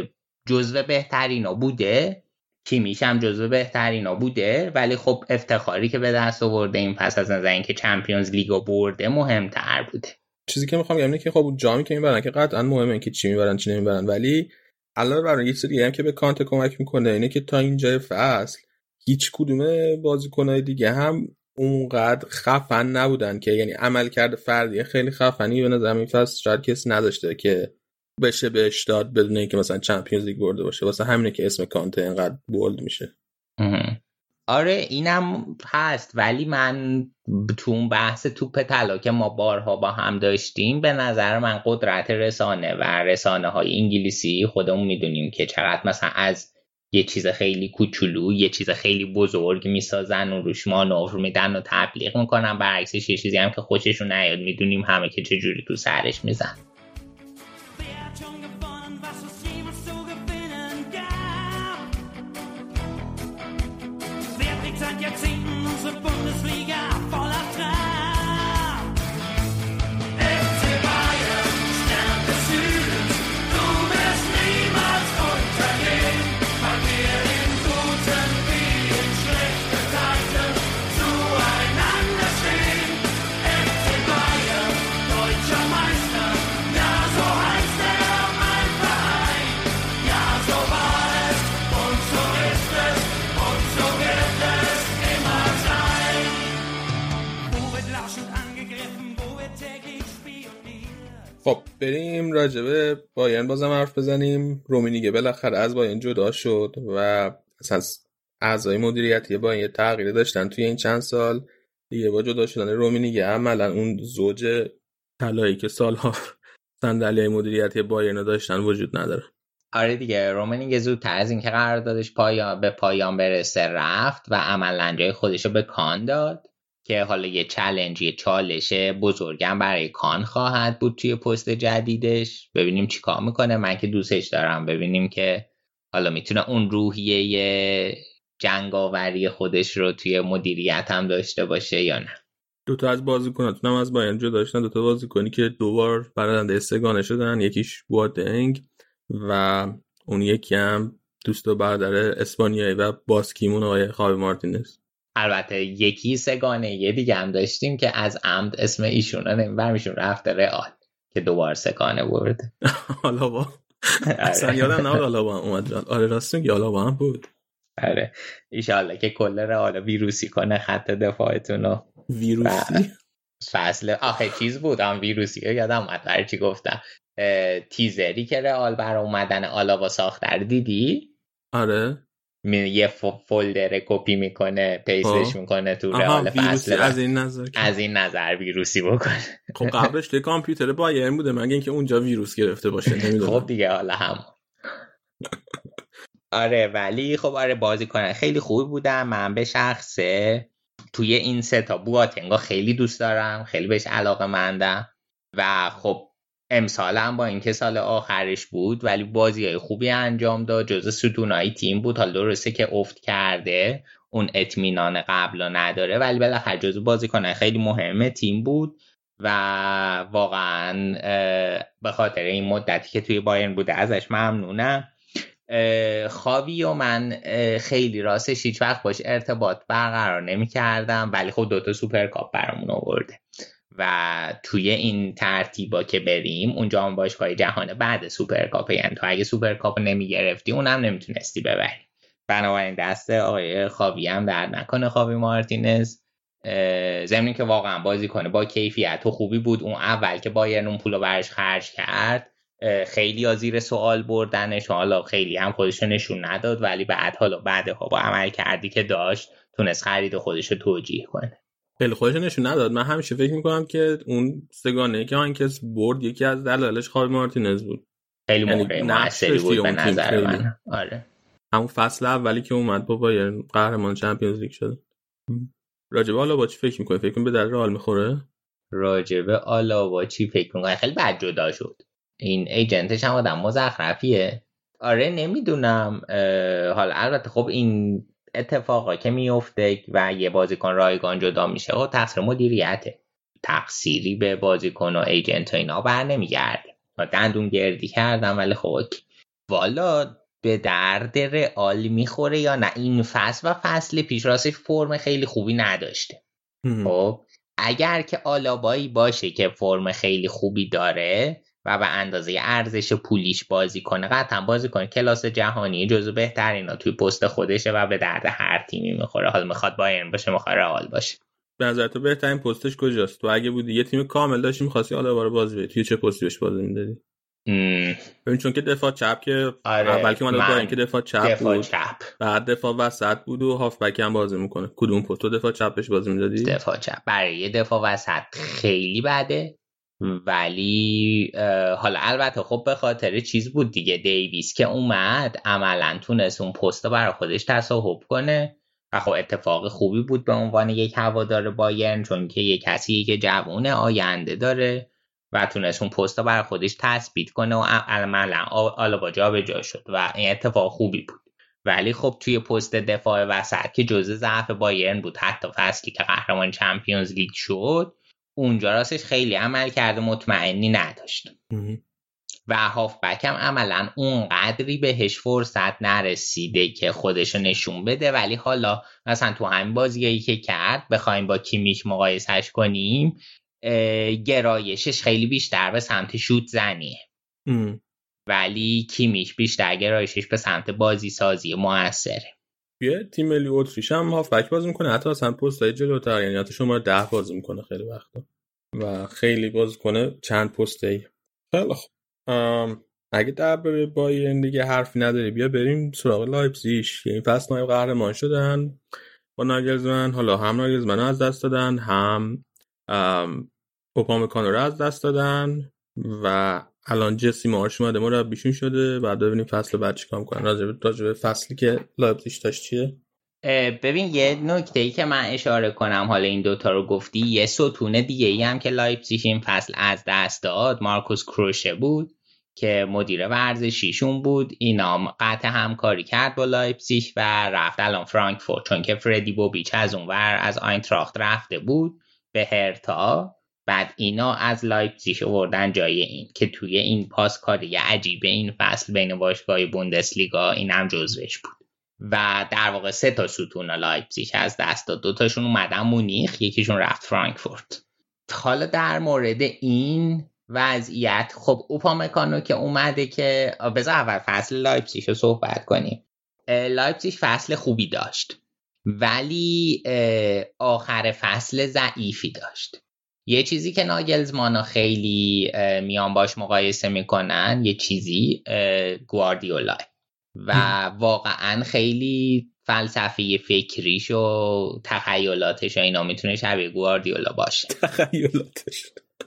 جزو بهترینا بوده، کیمیش هم جزو بهترینا بوده، ولی خب افتخاری که به دست آورده این پس از نظر اینکه چمپیونز لیگو برده مهمتر بوده. چیزی که میخوام بگم اینه که خب جامی که میبرن که قطعا مهمه که چی میبرن چی نمیبرن، ولی الان برای یه سری هم که به کانته کمک میکنه اینه که تا اینجای فصل هیچ کدوم بازیکنای دیگه هم اونقدر خفن نبودن که یعنی عمل کرده فردی خیلی خفنی به نظر این فصل شاید کسی نداشته که بشه بهش داد بدون اینکه مثلا چمپیونز لیگ برده باشه. واسه همینه که اسم کانته اینقدر بولد میشه. آره اینم هست، ولی من تو اون بحث توپ طلا که ما بارها با هم داشتیم به نظر من قدرت رسانه و رسانه های انگلیسی خودمون میدونیم که چقدر مثلا از یه چیز خیلی کوچولو یه چیز خیلی بزرگ میسازن و روش مانور میدن و تبلیغ میکنن، برعکسش یه چیزی هم که خوششون نیاد میدونیم همه که چه جوری تو سرش میزن. بریم راجع به بایرن بازم حرف بزنیم. رومینیگه بالاخره از بایرن جدا شد و اصلا اعضای مدیریتی بایرن تغییر داشتن توی این چند سال دیگه. با جدا شدن رومینیگه عملا اون زوج طلایی که سالها صندلی مدیریتی بایرن داشتن وجود نداره. آره دیگه، رومینیگه زودتر از اینکه قراردادش پایان به پایان برسه رفت و عملاً جای خودشو به کان داد که حالا یه چالش یه چالش بزرگم برای کان خواهد بود توی پست جدیدش. ببینیم چی کار میکنه. من که دوستش دارم، ببینیم که حالا میتونه اون روحیه جنگاوری خودش رو توی مدیریت هم داشته باشه یا نه. دوتا از بازیکناتون هم از بایرن جدا داشتن، دوتا بازیکنی که دوبار برنده سگانه شدن، یکیش بواتنگ و اون یکی هم دوست و برادر اسپانیایی و باسکیمون آقای خاوی مارتینز. البته یکی سگانه یه دیگه هم داشتیم که از عمد اسم ایشون رو نمیبرمیشون، رفته رئال که دوبار سگانه برده. حالا با اصلا یادم نبود حالا با اومد. آره راستون حالا با هم بود. آره ایشالله که کل رئال ویروسی کنه خط دفاعتون رو. ویروسی فصل آخه چیز بود هم ویروسی یادم اومد برای چی گفتم. تیزری که رئال بر اومدن آلاوا ساخته دیدی؟ آره یه فولدر کپی میکنه پیستش میکنه تو رئال فصل از این نظر از این نظر ویروسی بکنه. خب قبلش توی کامپیوتر بایرن بوده مگه اینکه اونجا ویروس گرفته باشه نمیدونم. خب دیگه حالا هم آره ولی خب آره بازیکن خیلی خوب بودن. من به شخصه توی این سه تا بواتنگا خیلی دوست دارم، خیلی بهش علاقه‌مندم و خب امسال هم با اینکه سال آخرش بود ولی بازی‌های خوبی انجام داد، جزو ستونای تیم بود. حالا درسته که افت کرده، اون اطمینان قبلا نداره، ولی بالاخره جزو بازیکن‌های خیلی مهم تیم بود و واقعا به خاطر این مدتی که توی بایرن بوده ازش ممنونم. خاوی و من خیلی راستش هیچ وقت باش ارتباط برقرار نمی کردم ولی خب دوتا سوپرکاپ برامون آورده و توی این ترتیبا که بریم اونجا هم باشگاه جهان بعد سوپرکاپ، یعنی تو اگه سوپرکاپ نمی گرفتی اونم نمیتونستی ببری. بنابراین دست آقای خاوی هم درد نکنه، خاوی مارتینز، ضمن که واقعا بازی کنه با کیفیت و خوبی بود. اون اول که بایرن اون پولو برش خرج کرد خیلی از زیر سوال بردنش، حالا خیلی هم خودشو نشون نداد ولی بعد حالا بعدها با عمل کردی که داشت تونست خرید خودشو توجیه کنه. خیلی خودشو نشون نداد. من همیشه فکر میکنم که اون سگانه که آنکس برد یکی از دلایلش خاوی مارتینز بود. خیلی موقع موثری بود به نظر من. آره همون فصل اولی که اومد با بایرن قهرمان چمپیونز لیگ شد. راجب آلاوا چی فکر میکنی؟ فکر کنم به در رئال میخوره؟ راجب آلاوا چی فکر میکنی؟ خیلی بد جدا شد. این ایجنتش هم آدم مزخرفیه. آره نمیدونم. حالا البته خب این اتفاقا که میفته و یه بازیکن رایگان جدا میشه و تقصیر مدیریته، تقصیری به بازیکن و ایجنت و اینا بر نمیگرده. دندون گردی کردم ولی خب والا به درد رئال میخوره یا نه؟ این فصل و فصل پیش راستش فرم خیلی خوبی نداشته. خب اگر که آلابایی باشه که فرم خیلی خوبی داره و به اندازه ارزش پولیش بازی کنه، قطعا بازی کنه کلاس جهانی، جزو بهترینا توی پست خودشه و به درد هر تیمی میخوره. حالا میخواد بایرن باشه میخواد رئال باشه. به نظر تو بهترین پستش کجاست؟ تو اگه بودی یه تیم کامل داشتی می‌خواستی آلاوا رو بازی بدی، توی چه پستی بهش بازی میدادی؟ ببین چون که دفاع چپ که آره اول که اومد با اینکه دفاع چپ دفاع بود چپ. بعد دفاع وسط بود و هافبک هم بازی میکنه. کدوم پست تو دفاع چپش بازی میدادی؟ دفاع چپ برای یه دفاع وسط خیلی بده، ولی حالا البته خب به خاطر چیز بود دیگه، دیویس که اومد عملاً تونست اون پست رو برای خودش تصاحب کنه و خب اتفاق خوبی بود به عنوان یک هوادار بایرن، چون که یک کسی که جوان آینده داره و تونست اون پست رو برای خودش تثبیت کنه و عملاً آلاوا جابجا شد و این اتفاق خوبی بود. ولی خب توی پست دفاع وسط که جزء ضعف بایرن بود، حتی فصلی که قهرمان چمپیونز لیگ شد اونجا راستش خیلی عمل کرده مطمئنی نداشت و هافبک هم عملاً اون قدری بهش فرصت نرسیده که خودشو نشون بده. ولی حالا مثلا تو همین بازیایی که کرد بخوایم با کیمیش مقایسش کنیم، گرایشش خیلی بیشتر به سمت شوت زنیه ام. ولی کیمیش بیشتر گرایشش به سمت بازی سازی موثره. یه تیم ملی اتریش هم هافبک بازی میکنه، حتی اصلا پستای جلوتر، یعنی حتی شما ده بازی میکنه خیلی وقتا و خیلی بازی کنه چند پستی. خیلی خوب اگه درباره بایرن دیگه حرفی نداری بیا بریم سراغ لایپزیگ. این فصل نایب قهرمان شدن با ناگلزمن. حالا هم ناگلزمن از دست دادن، هم اوپامکانو رو از دست دادن و الان جسی مارش اومده مربیشون شده. بعد ببینیم فصل بعد چیکار می‌کنن. راجع به فصلی که لایپزیگ داشت چیه؟ ببین یه نکته‌ای که من اشاره کنم، حالا این دوتا رو گفتی، یه ستون دیگه ای هم که لایپزیگ این فصل از دست داد مارکوس کروشه بود که مدیر ورزشیشون بود. اینا قطع همکاری کرد با لایپزیگ و رفت الان فرانکفورت، چون که فردی بوبیچ از اونور از آینتراخت رفته بود به هرتا. بعد اینا از لایپزیگ آوردن جای این که توی این پاسکاری عجیب این فصل بین باشگاه بوندسلیگا این هم جزوش بود و در واقع سه تا ستون لایپزیگ از دست داد. دو تاشون اومدن مونیخ، یکیشون رفت فرانکفورت. حالا در مورد این وضعیت، خب اوپامکانو که اومده که بذار اول فصل لایپزیگ رو صحبت کنیم. لایپزیگ فصل خوبی داشت ولی آخر فصل ضعیفی داشت. یه چیزی که ناگلزمانا خیلی میان باش مقایسه میکنن، یه چیزی گواردیولا و واقعا خیلی فلسفه فکریش و تخیلاتش و اینا میتونه شبیه گواردیولا باشه. تخیلاتش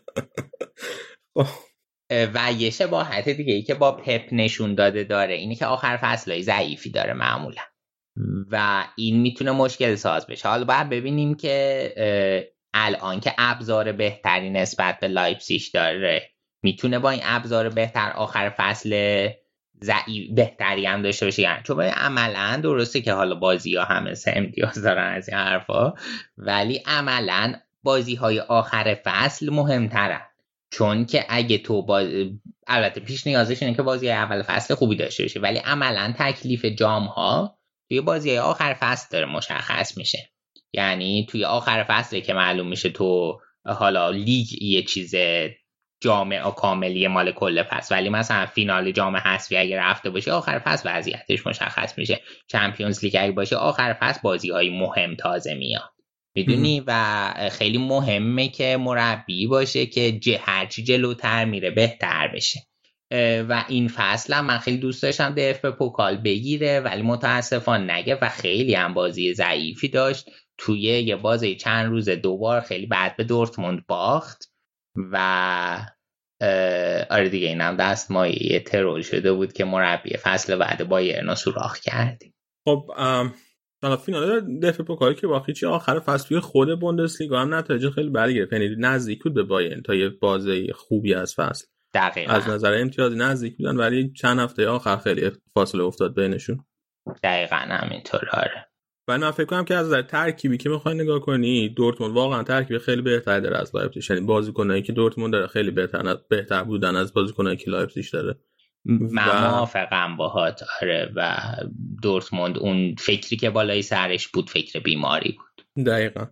و یه شباهت دیگه ای که با پپ نشون داده داره اینه که آخر فصلای ضعیفی داره معمولا و این میتونه مشکل ساز بشه. حالا باید ببینیم که الان که ابزار بهتری نسبت به لایپزیگ داره، میتونه با این ابزار بهتر آخر فصل ضعیف بهتری هم داشته باشه. یعنی چون عملا درسته که حالا بازی‌ها همه سه امتیاز دارن از این حرفا، ولی عملا بازی‌های آخر فصل مهم‌ترن، چون که اگه تو باز... البته پیش نیازش اینه که بازی اول فصل خوبی داشته باشه، ولی عملا تکلیف جام‌ها توی بازی آخر فصل داره مشخص میشه. یعنی توی آخر فصله که معلوم میشه تو حالا لیگ یه چیز جامع و کاملی مال کل فصل، ولی مثلا فینال جام حذفی اگه رفته باشه آخر فصل وضعیتش مشخص میشه. چمپیونز لیگ اگه باشه آخر فصل بازی‌های مهم تازه میاد، میدونی؟ و خیلی مهمه که مربی باشه که هرچی جلوتر میره بهتر بشه. و این فصل هم من خیلی دوست داشتم دف به پوکال بگیره ولی متاسفانه نگه و خیلی هم بازی ضعیفی داشت. توی یه بازی چند روز دوبار خیلی بد به دورتموند باخت و آره دیگه اینم دست مایه ترول شده بود که مربی فصل بعد بایرن رو سوراخ کردیم. خب حالا فینال دف پوکال که باختی چی آخر فصل توی خود بوندسلیگا هم نتایج خیلی بدی گرفت، یعنی نزدیک بود به بایرن تا یه بازی خوبی از فصل. دقیقاً از نظر امتیازی نزدیک بودن ولی چند هفته آخر خیلی فاصله افتاد بینشون. دقیقاً همینطوره. آره ولی من فکر کنم که از نظر ترکیبی که میخوای نگاه کنی دورتموند واقعا ترکیب خیلی بهتر داره از لایپزیگ. یعنی بازیکنایی که دورتموند داره خیلی بهتر بهتر بودن از بازیکنایی که لایپزیگ داره. من موافقم باهات. آره و دورتموند اون فکری که بالای سرش بود فکر بیماری بود. دقیقاً.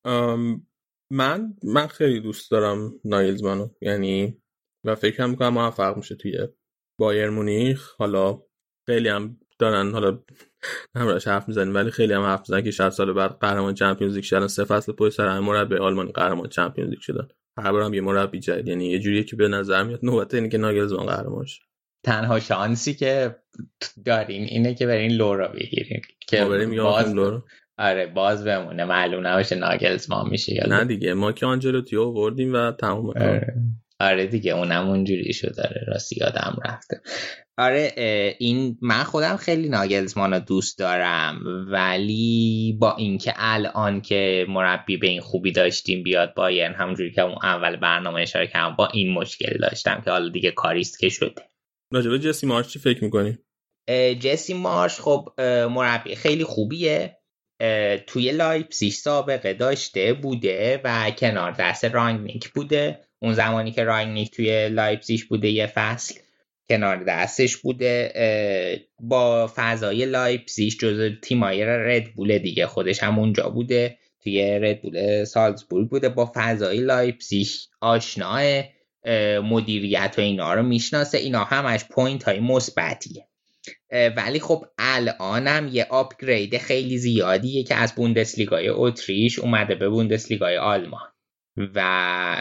من من خیلی دوست دارم ناگلزمانو، یعنی و فکر میکنم موفق میشه توی بایر مونیخ. حالا خیلی هم دارن حالا نمیراش حرف میزنیم ولی خیلی هم حرف میزنن که شصت سال بعد قهرمان چمپیونز لیگ شدن. سه فصل پشت سر هم مربی آلمانی قهرمان چمپیونز لیگ شدن، هر بارم یه مربی جدید. یعنی یه جوریه که به نظر میاد نوبت اینه که ناگلزمان قهرمان شه. تنها شانسی که دارین اینه که برین لورا بگیرین که بریم یا باز لورا. آره باز بمونه معلوم نباشه ناگلزمان میشه یا نه دیگه. ما که آنجلوتی رو آوردیم و تموم. آره. آره دیگه اونم اونجوری شد. داره راستی یادم رفته. آره این من خودم خیلی ناگلزمان رو دوست دارم ولی با اینکه الان که مربی به این خوبی داشتیم بیاد بایرن، همونجوری که اون اول برنامه اشاره کردم با این مشکل داشتم که حالا دیگه کاریست که شده. راجع به جسی مارش چی فکر می‌کنی؟ جسی مارش خب مربی خیلی خوبیه. توی لایپزیگ سابقه داشته بوده و کنار دست رانگنیک بوده. اون زمانی که رانگنیک توی لایپزیگ بوده یه فصل کنار دستش بوده. با فضای لایپزیگ جزو تیمای ردبول دیگه، خودش هم اونجا بوده توی ردبول سالزبورگ بوده، با فضای لایپزیگ آشناه، مدیریت و اینا رو میشناسه. اینا همش پوینت های مثبتیه. ولی خب الانم یه آپگرید خیلی زیادیه که از بوندسلیگای اتریش اومده به بوندسلیگای آلمان و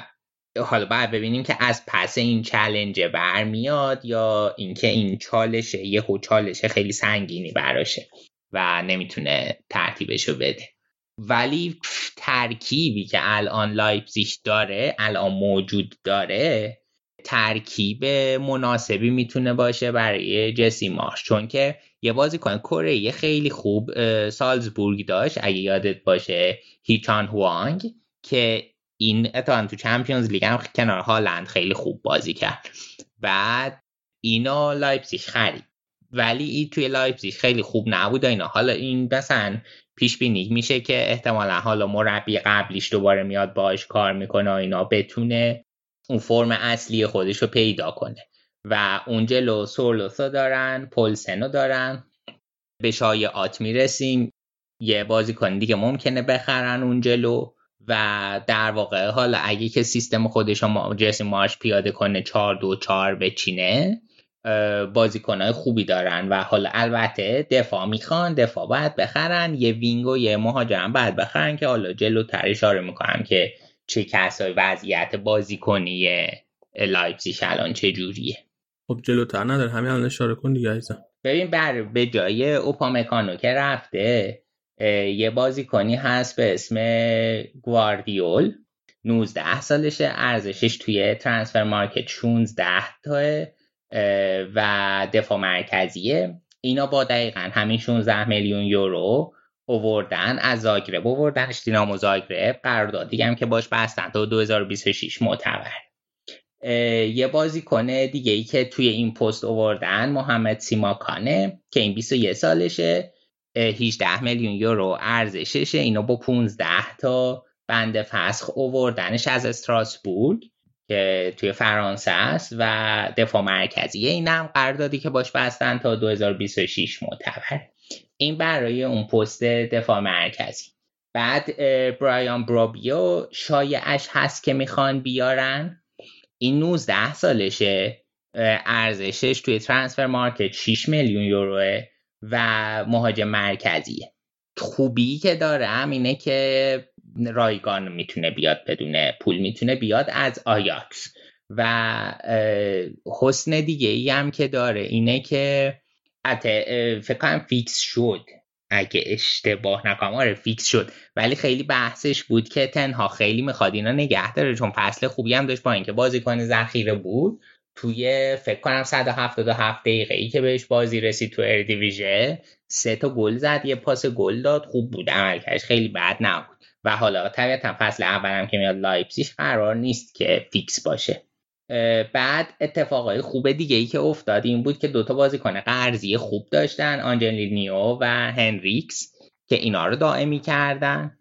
حالا باید ببینیم که از پس این چالنج برمیاد یا اینکه این چالشه یه خود چالشه خیلی سنگینی براشه و نمیتونه ترتیبشو بده. ولی ترکیبی که الان لایپزیگ داره، الان موجود داره، ترکیب مناسبی میتونه باشه برای جسی مارش، چون که یه بازیکن کره خیلی خوب سالزبورگ داشت اگه یادت باشه، هیچان هوانگ، که این اتفاقا تو چمپیونز لیگ هم کنار هالند خیلی خوب بازی کرد. بعد اینا لایپزیگ خرید، ولی این توی لایپزیگ خیلی خوب نبود اینا. حالا این مثلا پیش بینی میشه که احتمالا حالا مربی قبلیش دوباره میاد باهاش کار میکنه اینا بتونه اون فرم اصلی خودش رو پیدا کنه. و اون جلو سورلوثو دارن، پولسنو دارن، به شایعات میرسیم یه بازیکن دیگه ممکنه بخرن اون جلو. و در واقع حالا اگه که سیستم خودش رو جسی مارش پیاده کنه چهار دو چهار بچینه، بازیکنای خوبی دارن. و حالا البته دفاع میخوان، دفاع باید بخرن، یه وینگ و یه مهاجم باید بخرن که حالا جلوتر اشاره میکنم که چه کسای وضعیت بازیکنی لایپزیگ الان چه جوریه. خب جلوتر نداره، همین الان اشاره کن دیگه عزیزم. ببین بر به جای اوپامکانو که رفته یه بازیکنی هست به اسم گواردیول، نوزده سالشه، ارزشش توی ترانسفر مارکت شانزده تاه و دفاع مرکزیه. اینا با دقیقاً همین شانزده میلیون یورو آوردن از زاگرب، آوردنش دینامو زاگرب، قراردادی هم که باش بستن تا دو هزار و بیست و شش معتبر. یه بازیکن دیگه ای که توی این پست آوردن محمد سیماکانه که این بیست و یک سالشه، هجده میلیون یورو ارزششه. اینا با پانزده تا بند فسخ آوردنش از استراسبورگ که توی فرانسه است و دفاع مرکزیه. این هم قراردادی که باش بستن تا دو هزار و بیست و شش معتبر. این برای اون پست دفاع مرکزی. بعد برایان بروبیو شایعش هست که میخوان بیارن، این نوزده سالشه، ارزشش توی ترانسفر مارکت شش میلیون یوروه و مهاجم مرکزیه. خوبی که داره هم اینه که رایگان میتونه بیاد، بدون پول میتونه بیاد از آیاکس. و حسن دیگه ای هم که داره اینه که حتی فکر کنم فیکس شد، اگه اشتباه نکنم آره فیکس شد، ولی خیلی بحثش بود که تنها خیلی میخواد اینا نگه داره چون فصل خوبی هم داشت با اینکه بازیکن ذخیره بود. توی فکر کنم صد و هفتاد و هفت دقیقه ای که بهش بازی رسید تو اردیویژن سه تا گل زد، یه پاس گل داد، خوب بود، عملکردش خیلی بد نبود. و حالا طبیعتا فصل اولم که میاد لایپزیگ قرار نیست که فیکس باشه. بعد اتفاقای خوب دیگه ای که افتاد این بود که دوتا بازیکن قرضی خوب داشتن، آنجلینیو و هنریکس، که اینا رو دائمی کردن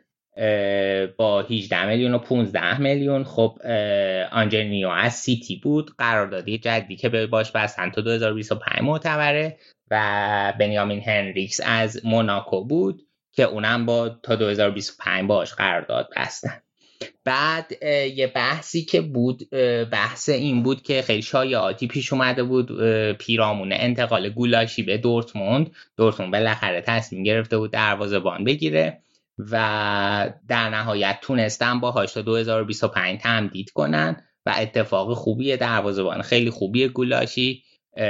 با هجده میلیون و پانزده میلیون. خب آنجلینیو از سیتی بود، قراردادی جدیدی که به باش بستن تا دو هزار و بیست و پنج معتبره. و بنیامین هنریکس از موناکو بود که اونم با تا دو هزار و بیست و پنج باش قرارداد بستن. بعد یه بحثی که بود، بحث این بود که خیلی شایعاتی پیش اومده بود پیرامون انتقال گولاشی به دورتموند. دورتموند بالاخره تصمیم گرفته بود دروازه‌بان بگیره و در نهایت تونستن باهاش تا دو هزار و بیست و پنج تمدید کنن و اتفاق خوبیه، دروازه‌بان خیلی خوبیه گولاشی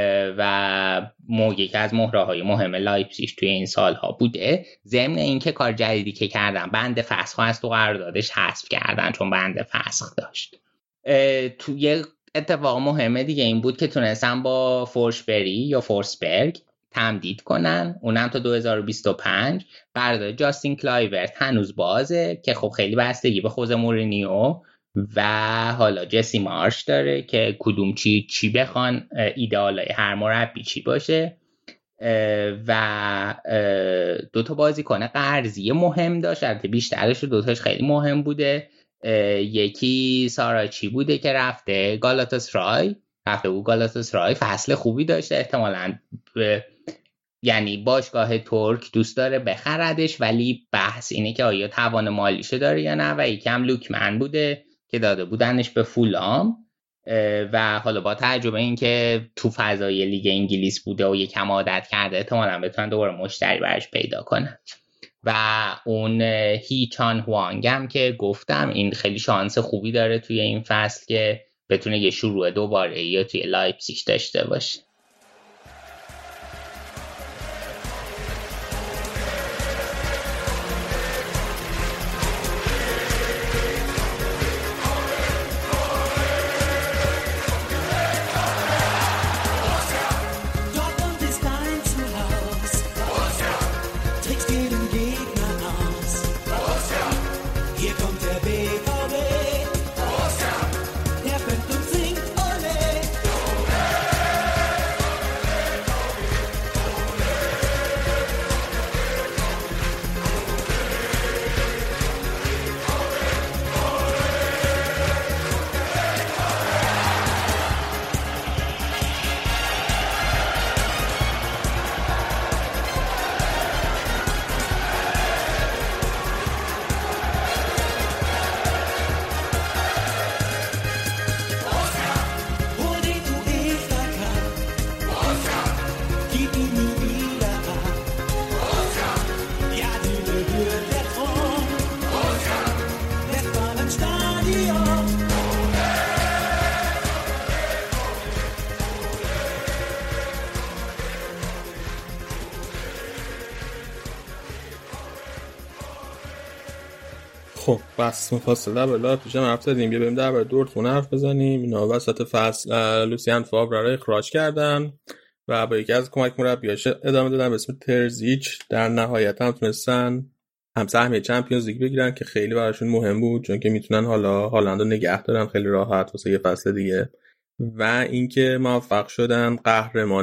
و یکی از مهره‌های مهم لایپزیگ توی این سالها بوده. ضمن اینکه کار جدیدی که کردن بند فسخ هست و قراردادش حذف کردن چون بند فسخ داشت. توی اتفاق مهم دیگه این بود که تونستن با فورشبری یا فورسبرگ تمدید کنن، اونم تا دو هزار و بیست و پنج. قرارداد جاستین کلایورت هنوز بازه که خب خیلی بستگی به خود مورینیو و حالا جسی مارش داره که کدوم چی چی بخوان، ایدئالای هر مربی چی باشه. و دو تا بازیکن قرضی مهم داشت، البته بیشترش دو تاش خیلی مهم بوده. یکی ساراچی بوده که رفته گالاتاسرای، رفته بود گالاتاسرای، فصل خوبی داشته، احتمالاً یعنی باشگاه ترک دوست داره بخردش، ولی بحث اینه که آیا توان مالیشه داره یا نه. و یکم لوکمن بوده که داده بودنش به فولام و حالا با تجربه این که تو فضای لیگ انگلیس بوده و یکم عادت کرده احتمالاً بتونن دوباره مشتری براش پیدا کنن. و اون هیچان هوانگ هم که گفتم این خیلی شانس خوبی داره توی این فصل که بتونه یه شروع دوباره یا توی لایپزیگ داشته باشه. خب بس مفاصله بالا پیشم حرف زدیم، بیا بریم درباره دورتموند حرف بزنیم. اینا وسط فصل لوسیان فاور را اخراج کردن و با یکی از کمک مربیاش ادامه دادن به اسم ترزیچ. در نهایت هم تونستن هم سهمیه چمپیونز لیگ بگیرن که خیلی براشون مهم بود، چون که میتونن حالا هالند رو نگه دارن خیلی راحت واسه یه فصل دیگه، و اینکه موفق شدن قهرمان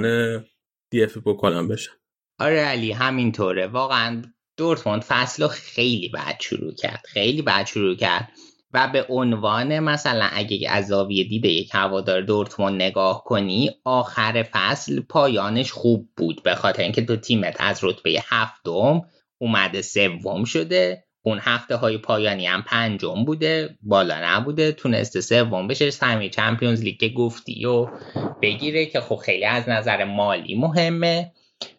دی اف پوکال هم بشن. آره علی همینطوره، واقعا دورتموند فصل رو خیلی بد شروع کرد خیلی بد شروع کرد و به عنوان مثلا اگه از زاویه دید یک هوادار دورتموند نگاه کنی، آخر فصل پایانش خوب بود به خاطر اینکه تو تیمت از رتبه هفتم اومده سوم شده، اون هفته های پایانی هم پنجم بوده، بالا نبوده، تونسته سوم بشه، سهمیه چمپیونز لیگ گفتی و بگیره که خب خیلی از نظر مالی مهمه،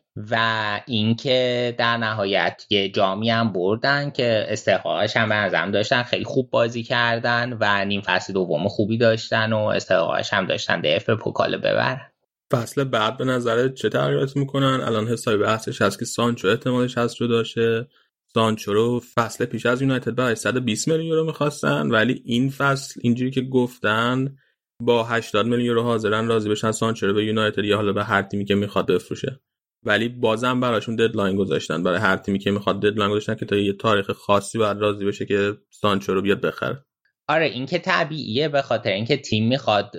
و اینکه در نهایت یه جامی هم بردن که استحقاقش هم به نظرم داشتن، خیلی خوب بازی کردن و نیم فصل دوم خوبی داشتن و استحقاقش هم داشتن دی اف پوکال ببرن. فصل بعد به نظرت چه تغییراتی میکنن؟ الان حسابی بحثش هست که سانچو احتمالش هست رو داشته. سانچو رو فصل پیش از یونایتد برای صد و بیست میلیون یورو میخواستن، ولی این فصل اینجوری که گفتن با هشتاد میلیون یورو حاضرن راضی بشن سانچو رو به یونایتد یا حالا به هر تیمی که میخواد بفروشه. ولی بازم براشون ددلاین گذاشتن، برای هر تیمی که میخواد ددلاین گذاشتن که تا یه تاریخ خاصی بعد راضی بشه که سانچو رو بیاد بخره. آره این که طبیعیه، به خاطر اینکه تیم میخواد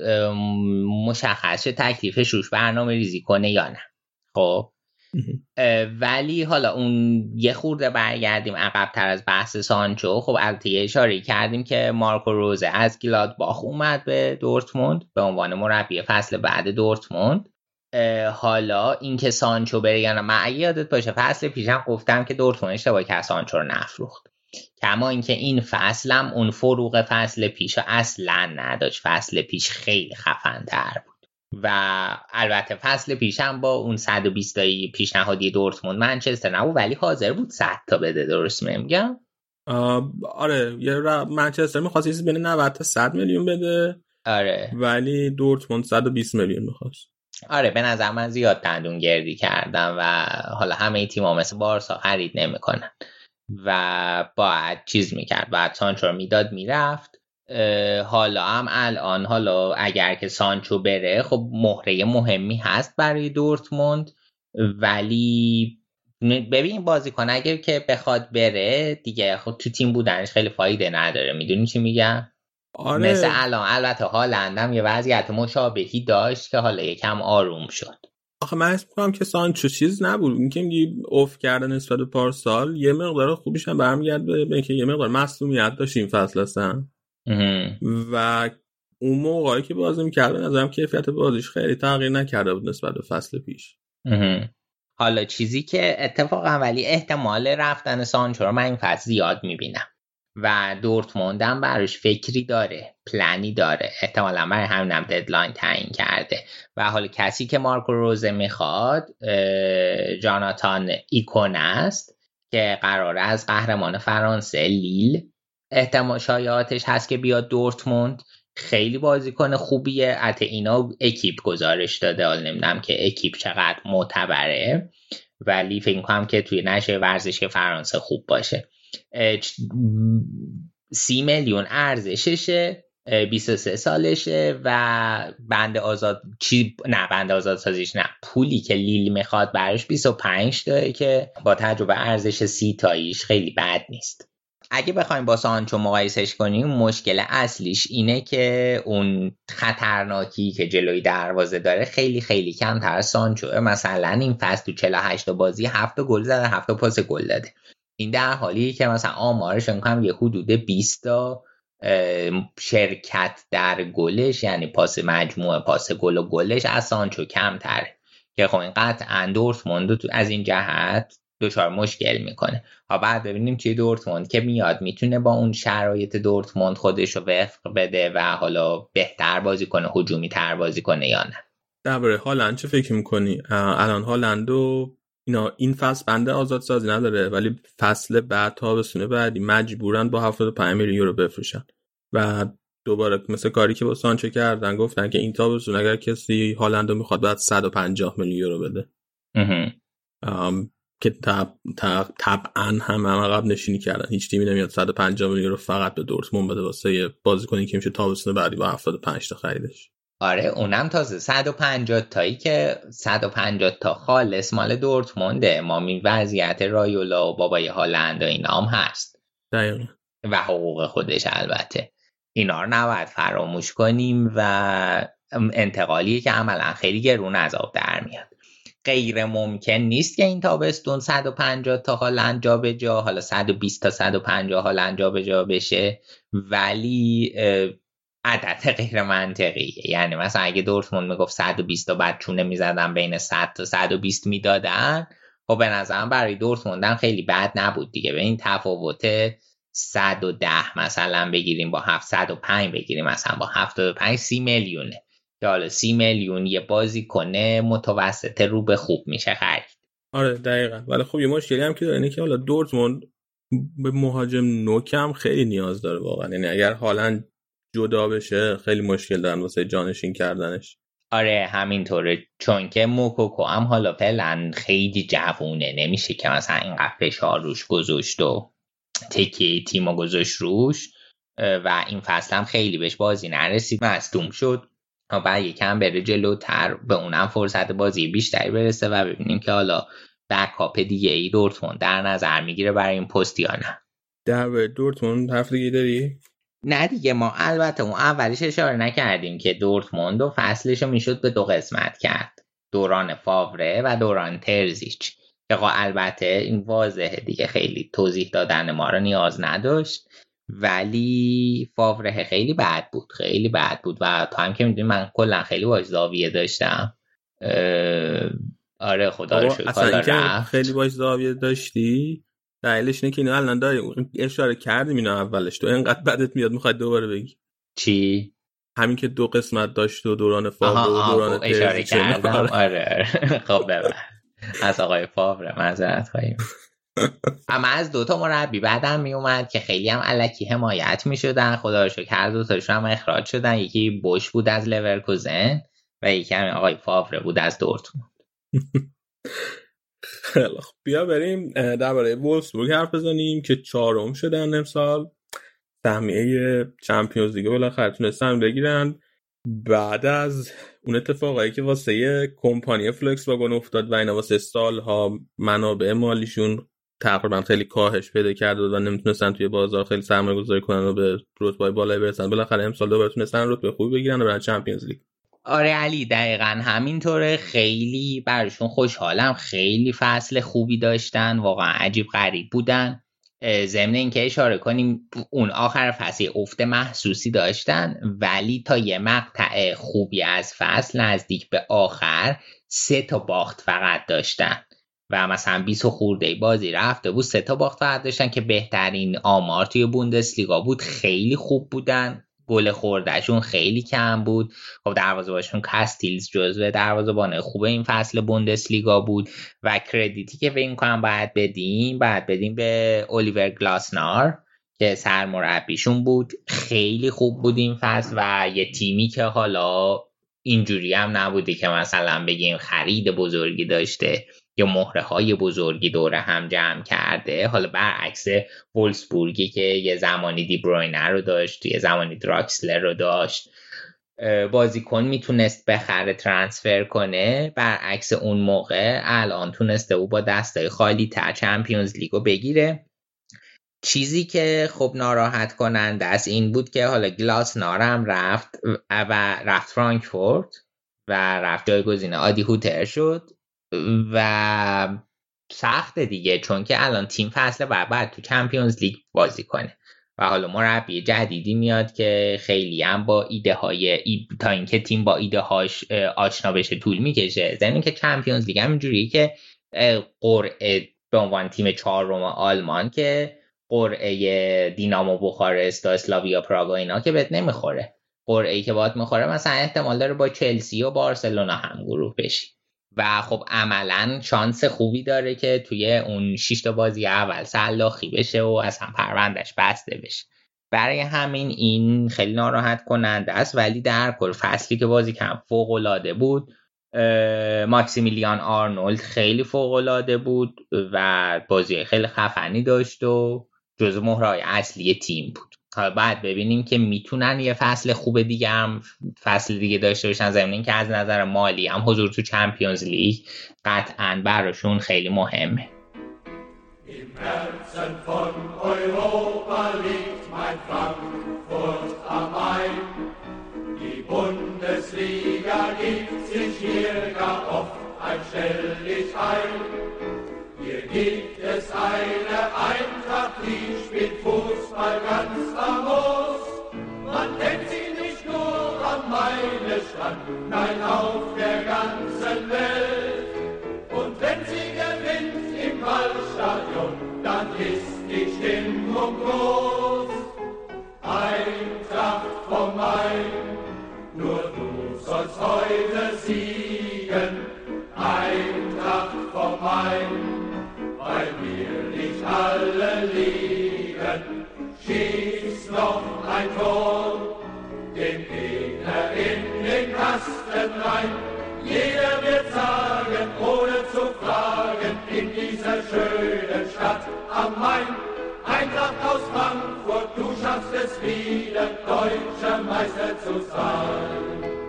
مشخص شه تکلیفش روش برنامه ریزی کنه یا نه. خب ولی حالا اون یه خورده برگردیم عقب تر از بحث سانچو. خب البته اشاره کردیم که مارکو روزه از گلادباخ اومد به دورتموند به عنوان مربی فصل بعد دورتموند. حالا اینکه سانچو بره یا نه، من اگه یادت باشه فصل پیشم گفتم که دورتموند اشتباه که سانچو رو نفروخت، کما اینکه این فصلم اون فروغ فصل پیش اصلا نداشت، فصل پیش خیلی خفن تر بود و البته فصل پیشم با اون صد و بیست تایی پیشنهادی دورتموند منچستر نبود، ولی حاضر بود صد تا بده. درست میگم؟ آره یه را منچستر می‌خواست چیزی بین نود تا صد میلیون بده، آره ولی دورتموند صد و بیست میلیون می‌خواست. آره به نظر من زیاد دندون گردی کردن و حالا همه تیم‌ها مثل بارسا خرید نمی‌کنن و باید چیز میکرد، باید سانچو رو میداد میرفت. حالا هم الان حالا اگر که سانچو بره خب مهره مهمی هست برای دورتموند، ولی ببین بازیکن اگر که بخواد بره دیگه خب تو تیم بودنش خیلی فایده نداره. میدونی چی میگم؟ آره. مثل الان البته هالند هم یه وضعیت مشابهی داشت که حالا یکم آروم شد. آخه من حس می‌کنم که سانچو چیز نبود، اینکه میگی اوف کرده نسبت به پارسال، یه مقدار خوبیش هم برمیگرده به اینکه یه مقدار مصونیت داشت این فصل هستن و اون موقعی که بازی می‌کرد به نظرم کیفیت بازیش خیلی تغییر نکرده بود نسبت به فصل پیش. حالا چیزی که اتفاقا ولی احتمال رفتن سانچو رو من این فصل زیاد می‌بینم و دورتموند هم براش فکری داره، پلنی داره، احتمالاً برای همینم ددلاین تعیین کرده و حالا کسی که مارکو روزه میخواد جاناتان ایکون است که قراره از قهرمان فرانسه لیل احتمال شایعاتش هست که بیاد دورتموند. خیلی بازیکن خوبیه. حتی اینا اکیپ گزارش داده، حالا نمیدونم که اکیپ چقدر معتبره، ولی فکر می‌کنم که توی نشر ورزشی فرانسه خوب باشه. سی میلیون ارزششه، بیست و سه سالشه و بند آزاد چی نه بند آزاد سازیش نه پولی که لیل میخواد براش بیست و پنج داره که با تجربه ارزش سی تاییش خیلی بد نیست. اگه بخوایم با سانچو مقایسش کنیم، مشکل اصلیش اینه که اون خطرناکی که جلوی دروازه داره خیلی خیلی کم تر از سانچوه. مثلا این فصل تو چهل و هشت بازی هفت گل زده، هفت پاس گل داده. این در حالیه که مثلا آمارش میگم یه حدود بیست تا شرکت در گلش، یعنی پاس مجموعه پاس گل و گلش از سانچو کم تره که خب این قطعا دورتموند از این جهت دچار مشکل میکنه. ها بعد ببینیم چی دورتموند که میاد میتونه با اون شرایط دورتموند خودش رو وفق بده و حالا بهتر بازی کنه، هجومی تر بازی کنه یا نه. درباره هالند چه فکر میکنی؟ الان هالند و اینا این فصل بنده آزاد سازی نداره، ولی فصل بعد تابستون بعدی مجبورن با هفتاد و پنج میلیون یورو بفروشن و دوباره مثل کاری که با سانچو کردن گفتن که این تابستون اگر کسی هالندو میخواد باید صد و پنجاه میلیون یورو بده. که طب طب طبعا هم هم عقب نشینی کردن. هیچ تیمی نمیاد صد و پنجاه میلیون یورو فقط به دورتموند بده واسه بازیکنی که میشه تابستون بعدی با هفتاد و پنج تا خریدش. آره اونم تازه صد و پنجاه تایی که صد و پنجاه تا خالص مال دورتمونده. ما این وضعیت رایولا و بابای هالند و اینا هم هست دقیقا و حقوق خودش. البته اینا رو نباید فراموش کنیم و انتقالیه که عملا خیلی گرون از آب در میاد. غیر ممکن نیست که این تابستون صد و پنجاه تا هالند جا به جا، حالا صد و بیست تا صد و پنجاه هالند جا به جا بشه، ولی عدد غیر منطقیه. یعنی مثلا اگه دورتموند میگفت صد و بیست تا بعد چونه میزدن بین صد تا صد و بیست میدادن، خب به نظرم برای دورتموند خیلی بد نبود دیگه. به این تفاوت صد و ده مثلا بگیریم با هفتصد و پنج بگیریم مثلا با هفتاد و پنج سی میلیونه که حالا سی میلیون یه بازی کنه متوسط رو به خوب میشه خرید. آره دقیقاً. ولی خب یه مشکلی هم که داره اینه که حالا دورتموند به مهاجم نوک هم خیلی نیاز داره واقعا. یعنی اگر هالند جدا بشه خیلی مشکل دارن واسه جانشین کردنش. آره همینطوره، چون که موکوکو هم حالا فعلا خیلی جوونه، نمیشه که مثلا اینقدر فشار روش گذاشت و تکیه تیمو گذاشت روش و این فصل هم خیلی بهش بازی نرسید، مصدوم شد. بعد یکم بره جلوتر به اونم فرصت بازی بیشتری برسه و ببینیم که حالا بکاپ دیگه ای دورتموند در نظر میگیره برای این پست یا نه. در دورتموند حرف دیگه داری؟ نه دیگه، ما البته اون اولش اشاره نکردیم که دورتموند و فصلش رو میشد به دو قسمت کرد، دوران فاوره و دوران ترزیچ، که البته این واضحه دیگه، خیلی توضیح دادن ما رو نیاز نداشت. ولی فاوره خیلی بد بود، خیلی بد بود و تو هم که میدونی من کلا خیلی باش زاویه داشتم. آره خدا رو شکر اصلا که خیلی باش زاویه داشتی دلیلش اینه که اینو الان داری اشاره کردیم اینو اولش، تو اینقدر بدت میاد میخواد دوباره بگی چی؟ همین که دو قسمت داشت و دوران فاوره و دوران اشاره کردم. آره آره خب ببر از آقای فاوره معذرت خواهیم. اما از دوتا مربی بعدم می اومد که خیلی هم الکی حمایت می شدن، خدا رو شکر هر دوتاشون هم اخراج شدن. یکی بوش بود از لورکوزن و یکی هم آقای فاوره بود از دورتموند. خیلی خب بیا بریم درباره وولفسبورگ حرف بزنیم که چهارم شدن امسال، سهمیه چمپیونز لیگ بالاخره تونستن بگیرن بعد از اون اتفاقایی که واسه کمپانی فلکس واگن افتاد و اینا واسه سالها منابع مالیشون تقریبا خیلی کاهش پیدا کرده و نمیتونستن توی بازار خیلی سرمایه گذاری کنن و به رتبه‌های بالایی برسن. بالاخره امسال دوباره تونستن رتبه خوبی بگیرن و برن چمپیونز لیگ. آره علی دقیقاً همینطوره، خیلی براشون خوشحالم، خیلی فصل خوبی داشتن، واقعا عجیب غریب بودن. ضمن اینکه اشاره کنیم اون آخر فصل افت محسوسی داشتن، ولی تا یه مقطع خوبی از فصل نزدیک به آخر سه تا باخت فقط داشتن و مثلا بیست خورده بازی رفته بود سه تا باخت فقط داشتن که بهترین آمار توی بوندسلیگا بود. خیلی خوب بودن گل خوردهشون خیلی کم بود. خب دروازه‌بانشون کاستیلز جزو دروازه‌بان خوب این فصل بوندسلیگا بود و کردیتی که فکر می‌کنم باید بدیم باید بدیم به الیور گلاسنار که سرمربیشون بود. خیلی خوب بود این فصل و یه تیمی که حالا اینجوری هم نبوده که مثلا بگیم خرید بزرگی داشته یا مهره های بزرگی دوره هم جمع کرده. حالا برعکس وولفسبورگی که یه زمانی دی بروینه رو داشت، یه زمانی دراکسلر رو داشت، بازیکن میتونست بخره ترانسفر کنه، برعکس اون موقع الان تونسته او با دستای خالی تر چمپیونز لیگو بگیره. چیزی که خب ناراحت کننده از این بود که حالا گلاسنار هم رفت و رفت فرانکفورت و رفت جایگزین آدی هوتر شد و سخته دیگه، چون که الان تیم فصل بعد بعد تو چمپیونز لیگ بازی کنه و حالا مربی جدیدی میاد که خیلی هم با ایده های ای... تا اینکه تیم با ایده هاش آشنا بشه طول میکشه. زمین که چمپیونز لیگ هم اینجوریه که قرعه به عنوان تیم چهارم آلمان که قرعه دینامو بوخارست و اسلاویا پراگ و اینا که بهت نمیخوره. قرعه‌ای که باهات میخوره مثلا احتمال داره با چلسی و بارسلونا هم گروه بشی و خب عملاً شانس خوبی داره که توی اون شش تا بازی اول سلاخی بشه و اصلا پروندهش بسته بشه. برای همین این خیلی ناراحت کننده است، ولی در کل فصلی که بازی کردن فوق‌العاده بود. ماکسیمیلیان آرنولد خیلی فوق‌العاده بود و بازی خیلی خفنی داشت و جزو مهره‌های اصلی تیم بود. حالا بعد ببینیم که میتونن یه فصل خوب دیگه هم فصل دیگه داشته باشن، ضمن که از نظر مالی هم حضور تو چمپیونز لیگ قطعاً براشون خیلی مهمه. Im Herzen von Europa liegt mein Frankfurt am Main. Die Bundesliga gibt sich hier gar oft ein Stelldich ein. Hier gibt es eine Eintracht, die spielt Fußball ganz famos. Man kennt sie nicht nur am Maine-Strand, nein, auf der ganzen Welt. Und wenn sie gewinnt im Waldstadion, dann ist die Stimmung groß. Eintracht vom Main, nur du sollst heute siegen. Eintracht vom Main, weil wir nicht alle liegen. Schieß noch ein Tor, dem Gegner in den Kasten rein. Jeder wird sagen, ohne zu fragen, in dieser schönen Stadt am Main. Eintracht aus Frankfurt, du schaffst es wieder, deutscher Meister zu sein.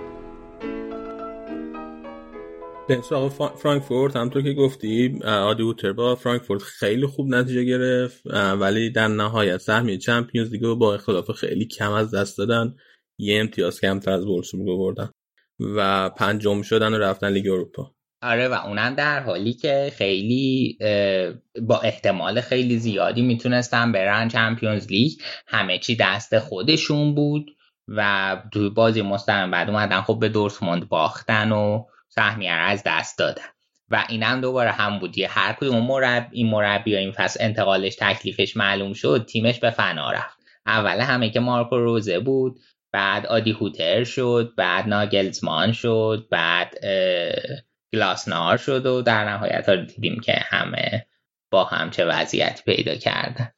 به سراغ فرانکفورت همونطور که گفتی آدی هوتر با فرانکفورت خیلی خوب نتیجه گرفت، ولی در نهایت سهمیه چمپیونز لیگ رو با اختلاف خیلی کم از دست دادن. یه امتیاز کمتر از وولفسبورگ بردن و پنجم شدن و رفتن لیگ اروپا. آره و اونم در حالی که خیلی با احتمال خیلی زیادی میتونستن برن چمپیونز لیگ، همه چی دست خودشون بود و توی بازی مستقیم بعد اومدن خب به دورتموند باختن و سهمیه رو از دست دادن و اینم دوباره هم بود. یه هر کدوم مربی این مربی این فصل انتقالش تکلیفش معلوم شد، تیمش به فنا رفت. اول همه که مارکو روزه بود، بعد آدی هوتر شد، بعد ناگلزمان شد، بعد گلاسنار شد و در نهایت ها دیدیم که همه با هم چه وضعیت پیدا کردن.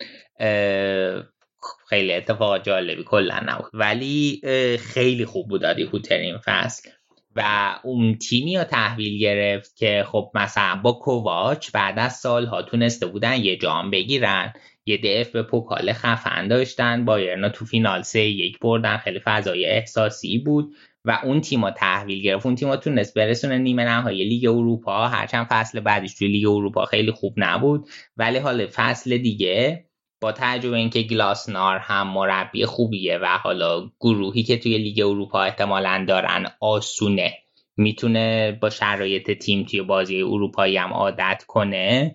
خیلی اتفاق جالبی کلا نبود، ولی خیلی خوب بود آدی هوتر این فصل و اون تیمی رو تحویل گرفت که خب مثلا با کوواچ بعد از سالها تونسته بودن یه جام بگیرن، یه دف به پوکال خفن داشتن، بایرن تو فینال سه یک بردن، خیلی فضای احساسی بود و اون تیم رو تحویل گرفت. اون تیم رو تونست برسونه نیمه نهایی لیگ اروپا، هرچند فصل بعدش توی لیگ اروپا خیلی خوب نبود، ولی حالا فصل دیگه با توجه اینکه گلاسنار هم مربی خوبیه و حالا گروهی که توی لیگ اروپا احتمالاً دارن آسونه، میتونه با شرایط تیم توی بازی اروپایی هم عادت کنه،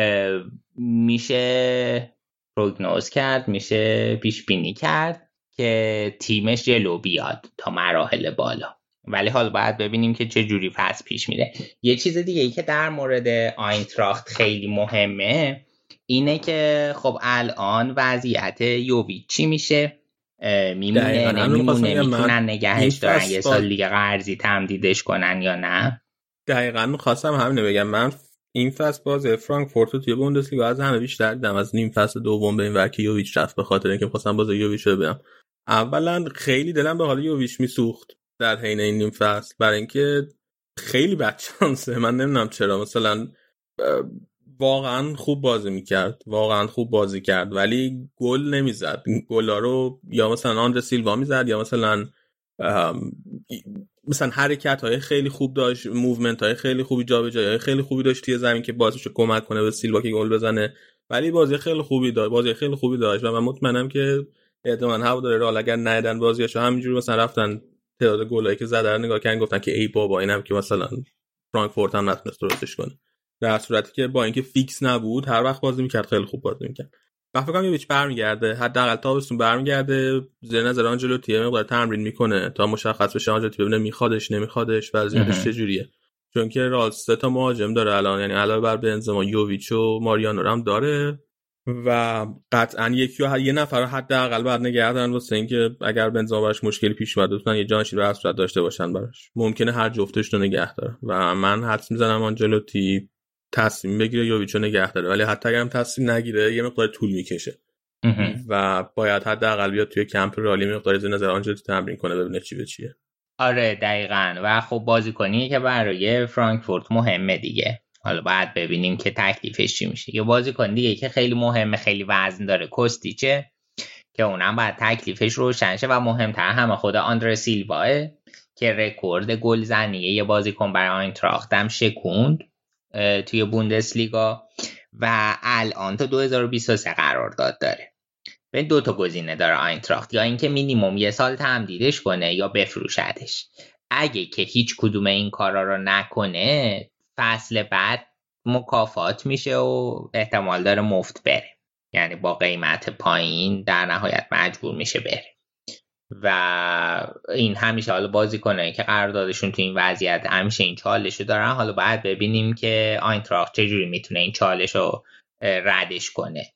میشه پروگنوز کرد، میشه پیش بینی کرد که تیمش جلو بیاد تا مراحل بالا. ولی حالا باید ببینیم که چه جوری فصل پیش میره. یه چیز دیگه ای که در مورد آینتراخت خیلی مهمه اینه که خب الان وضعیت یوویچ چی میشه میمونه نمیمونه، میتونن نگهش دارن یه سال دیگه قرضی تمدیدش کنن یا نه. دقیقاً می‌خواستم همین رو بگم. من این فصل بازی فرانکفورت رو توی بوندسلیگا از همه بیشتر دیدم، از نیم فصل دوم به این ور که یوویچ رفت، به خاطر اینکه می‌خواستم بازی یوویچ رو ببینم. اولا خیلی دلم به حال یوویچ میسوخت در حین این نیم فصل، برای اینکه خیلی بدشانسه. من نمیدونم چرا، مثلا واقعا خوب بازی میکرد، واقعا خوب بازی کرد ولی گل نمیزد. گلا رو یا مثلا آندر سیلوا میزد یا مثلا مثلا حرکت های خیلی خوب داشت، موومنت های خیلی خوبی، جابجایی های خیلی خوبی داشت توی زمین که بازیشو کمک کنه به سیلوا که گل بزنه، ولی بازی خیلی خوبی داشت، بازی خیلی خوبی داشت و من مطمئنم که احتمالاً هواداری رئال اگر ندیدن بازیاشو همینجوری مثلا رفتن تعداد گلایی که زدن نگاه کردن گفتن که ای بابا اینم که مثلا فرانکفورت هم نتونست درستش کنه، در صورتی که با اینکه فیکس نبود هر وقت بازی میکرد، خیلی خوب بازی میکرد. من فکر کنم یوویچ برمیگرده، حداقل تابستون برمیگرده، زیر نظر آنجلوتی مقدار تمرین میکنه تا مشخص بشه آنجلوتی ببینه میخوادش نمیخوادش وضعیتش چجوریه، چون که رئال سه تا مهاجم داره الان، یعنی علاوه بر بنزما یوویچ و ماریانو هم داره و قطعا یکی یا یه نفر رو حداقل بعد نگهدارن واسه اینکه اگر بنزما براش مشکلی پیش اومد بتونن یه جانشین به صورت داشته باشن براش. ممکنه هر جفتش رو نگه داره و من حدس میزنم آنجلوتی تصمیم بگیره یوویچو نگه داره، ولی حتی اگه هم تصمیم نگیره یه مقدار طول میکشه و باید حداقل بیاد توی کمپ رالی مقدار از نظر آنجلوتی تمرین کنه ببینه چی به چیه. آره دقیقاً. و خب بازیکنی که برای فرانکفورت مهمه دیگه، حالا بعد ببینیم که تکلیفش چی میشه. یه بازیکن دیگه که خیلی مهمه، خیلی وزن داره، کوستیچه، که اونم بعد تکلیفش روشن شه و مهمتر همه خود آندره سیلواه که رکورد گلزنی یه بازیکن برای آینتراخت هم شکوند توی بوندسلیگا و الان تا دو هزار و بیست و سه قرارداد داره. به دو تا گزینه داره آینتراخت، یا اینکه مینیمم یه سال تمدیدش کنه یا بفروشدش. اگه که هیچ کدوم این کارا رو نکنه فصل بعد مکافات میشه و احتمال داره مفت بره، یعنی با قیمت پایین در نهایت مجبور میشه بره. و این همیشه حالا بازیکنایی که قراردادشون تو این وضعیت همیشه این چالشو دارن. حالا باید ببینیم که آینتراخت چجوری میتونه این چالشو ردش کنه.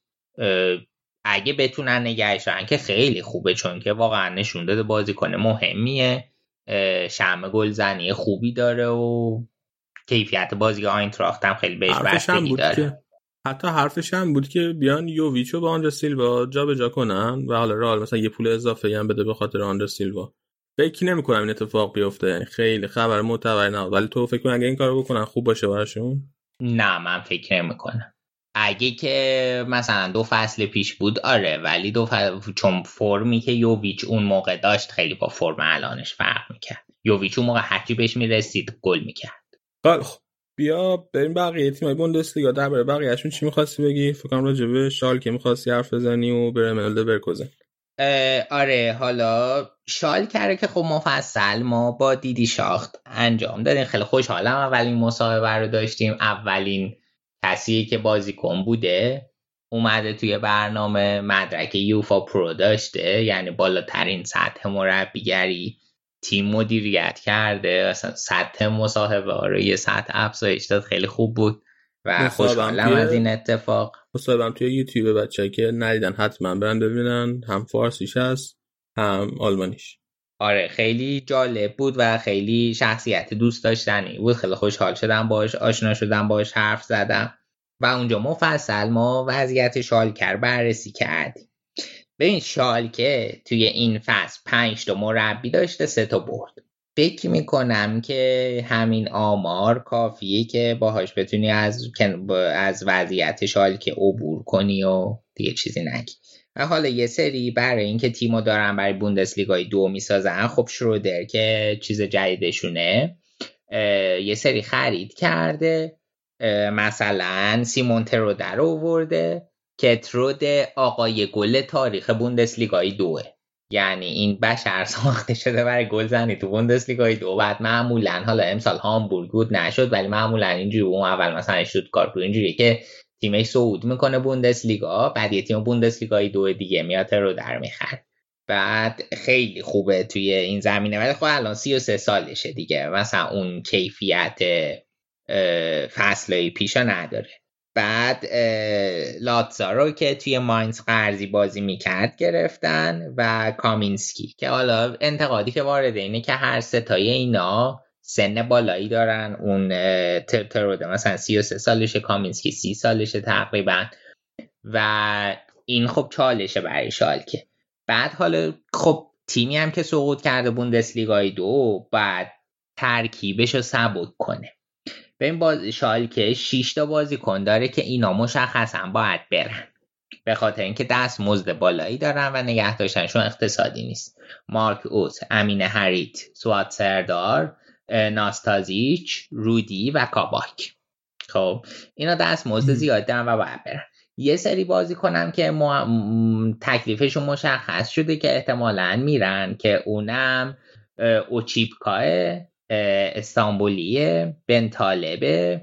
اگه بتونن نگهش دارن که خیلی خوبه، چون که واقعا نشون داده بازیکن مهمیه، شمع گلزنی خوبی داره و کیفیت بازی آینتراخت هم خیلی بهش بستگی داره. حتی حرفش هم بود که بیان یوویچو با آندر سیلوا جا به جا کنن و حالا رئال مثلا یه پول اضافه هم بده به خاطر آندر سیلوا. فکر نمی‌کنم این اتفاق بیفته، یعنی خیلی خبر معتبر نه، ولی تو فکر کن اگه این کارو بکنن خوب باشه براشون؟ نه من فکر نمی‌کنم. اگه که مثلا دو فصل پیش بود آره، ولی دو فصل چون فرمی که یوویچ اون موقع داشت خیلی با فرم الانش فرق می‌کرد. یوویچ اون موقع هرچی بهش میرسید گل می‌کرد. خب بیا بریم بقیه تیم‌های بوندسلیگا. درباره بقیه‌شون چی می‌خواستی بگی؟ فکر کنم راجع به شالکه می‌خواستی حرف بزنی و بریم لورکوزن. آره حالا شالکه که خب مفصل ما با دیدی شاخت انجام دادیم. خیلی خوشحالم اولین مصاحبه رو داشتیم. اولین کسی که بازیکن بوده اومده توی برنامه، مدرک یوفا پرو داشته، یعنی بالاترین سطح مربیگری تیم مدیریت کرده، اصلا سطح مصاحبه رو یه سطح افزایش داد. خیلی خوب بود و خوشحالم از این اتفاق. مصاحبه‌ام توی یوتیوب، بچه‌ای که ندیدن حتما برن ببینن، هم فارسیش هست هم آلمانیش. آره خیلی جالب بود و خیلی شخصیت دوست داشتنی بود. خیلی خوشحال شدم باهاش آشنا شدم، باهاش حرف زدم و اونجا مفصل ما وضعیت شالکه بررسی کردیم. ببین شالکه توی این فصل پنج تا مربی داشته، سه تا برد. فکر میکنم که همین آمار کافیه که باهاش بتونی از از وضعیت شالکه عبور کنی و دیگه چیزی نگی. و حالا یه سری برای اینکه تیمو دارن برای بوندسلیگای دو میسازن، خب شرودر که چیز جدیدشونه یه سری خرید کرده، مثلا سیمون ترودر رو آورده که ترود آقای گل تاریخ بوندسلیگای دوه، یعنی این بشر ساخته شده برای گل زنی تو بوندسلیگای دو. بعد معمولا حالا امسال هامبورگ بود نشد، ولی معمولا اینجوری اون اول مثلا اشتوتگارت بود اینجوری که تیمش صعود میکنه بوندسلیگا، بعد یه تیم بوندسلیگای دو دیگه میاد ترودر میخره. بعد خیلی خوبه توی این زمینه، ولی خب الان سی و سه سالشه دیگه، مثلا اون کیفیت فصلای پیشا نداره. بعد لاتزارو که توی ماینز قرضی بازی میکرد گرفتن و کامینسکی که حالا انتقادی که وارد اینه که هر ستای اینا سن بالایی دارن. اون تروده مثلا سی و سه سالشه، کامینسکی سی سالشه تقریبا و این خب چالشه برای شالکه. بعد حالا خب تیمی هم که سقوط کرده بوندسلیگای دو بعد ترکیبش رو سبک کنه. به این باز شالکه شش تا بازیکن داره که اینا مشخصا باید برن به خاطر اینکه دستمزد بالایی دارن و نگه داشتنشون اقتصادی نیست. مارک اوت، امین هریت، سوات سردار، ناستازیچ، رودی و کاباک. خب اینا دستمزد زیاد دارن و باید برن. یه سری بازی کنم که م... تکلیفشون مشخص شده که احتمالاً میرن که اونم اوچیپکاه، استانبولیه، بنطالبه،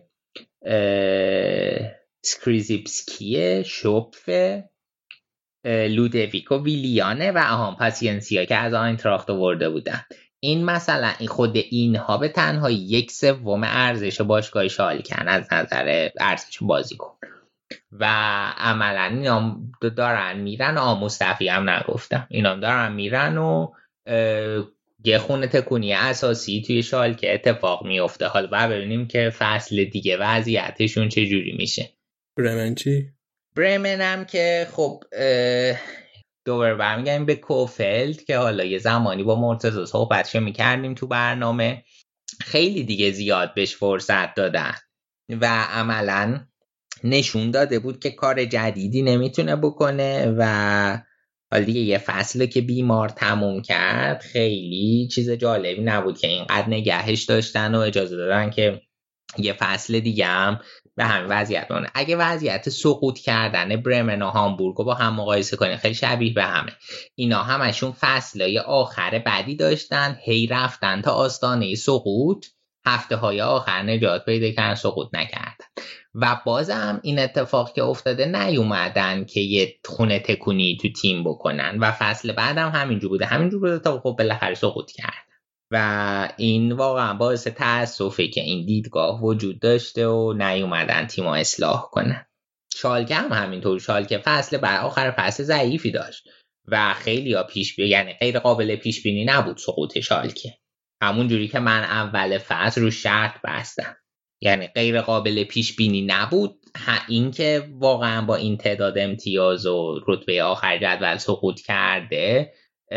سکریزیپسکیه، شوپفه، لودویکو ویلیانه و آهان پاسینسیا که از آینتراخت آورده بودن. این مثلا این خود اینها به تنها یک سوم ارزش باشگاه شالکه از نظر ارزش بازیکن و عملا اینا دارن میرن. آموستفی هم نگفتم، اینا دارن میرن و یه خونه تکونی اساسی توی شالکه اتفاق میفته. حالا بعد ببینیم که فصل دیگه وضعیتشون چه جوری میشه. برمن چی؟ برمن هم که خب دوباره برمیگردیم به کوفلد که حالا یه زمانی با مرتضی صحبتشو میکردیم تو برنامه. خیلی دیگه زیاد بهش فرصت دادن و عملاً نشون داده بود که کار جدیدی نمیتونه بکنه و حالا دیگه یه فصله که بیمار تموم کرد خیلی چیز جالبی نبود که اینقدر نگهش داشتن و اجازه دادن که یه فصل دیگه هم به همین وضعیت بمونه. اگه وضعیت سقوط کردن برمن و هامبورگ رو با هم مقایسه کنیم خیلی شبیه به همه. اینا همشون فصلای آخر بعدی داشتن، هی رفتن تا آستانه سقوط، هفته های آخر نجات پیدا کردن، سقوط نکردن و بازم این اتفاق که افتاده نیومدن که یه خونه تکونی تو تیم بکنن و فصل بعدم همینجور بوده همینجور بوده تا خب بالاخره سقوط کرد و این واقعا باعث تأسفه که این دیدگاه وجود داشته و نیومدن تیم اصلاح کنن. شالکه هم همینطور. شالکه فصل بعد آخر فصل ضعیفی داشت و خیلی ها پیش بی... یعنی غیر قابل پیش بینی نبود سقوط شالکه، همون جوری که من اول فصل رو شرط بستم، یعنی غیر قابل پیش بینی نبود. این که واقعا با این تعداد امتیاز و رتبه آخر جدول سقوط کرده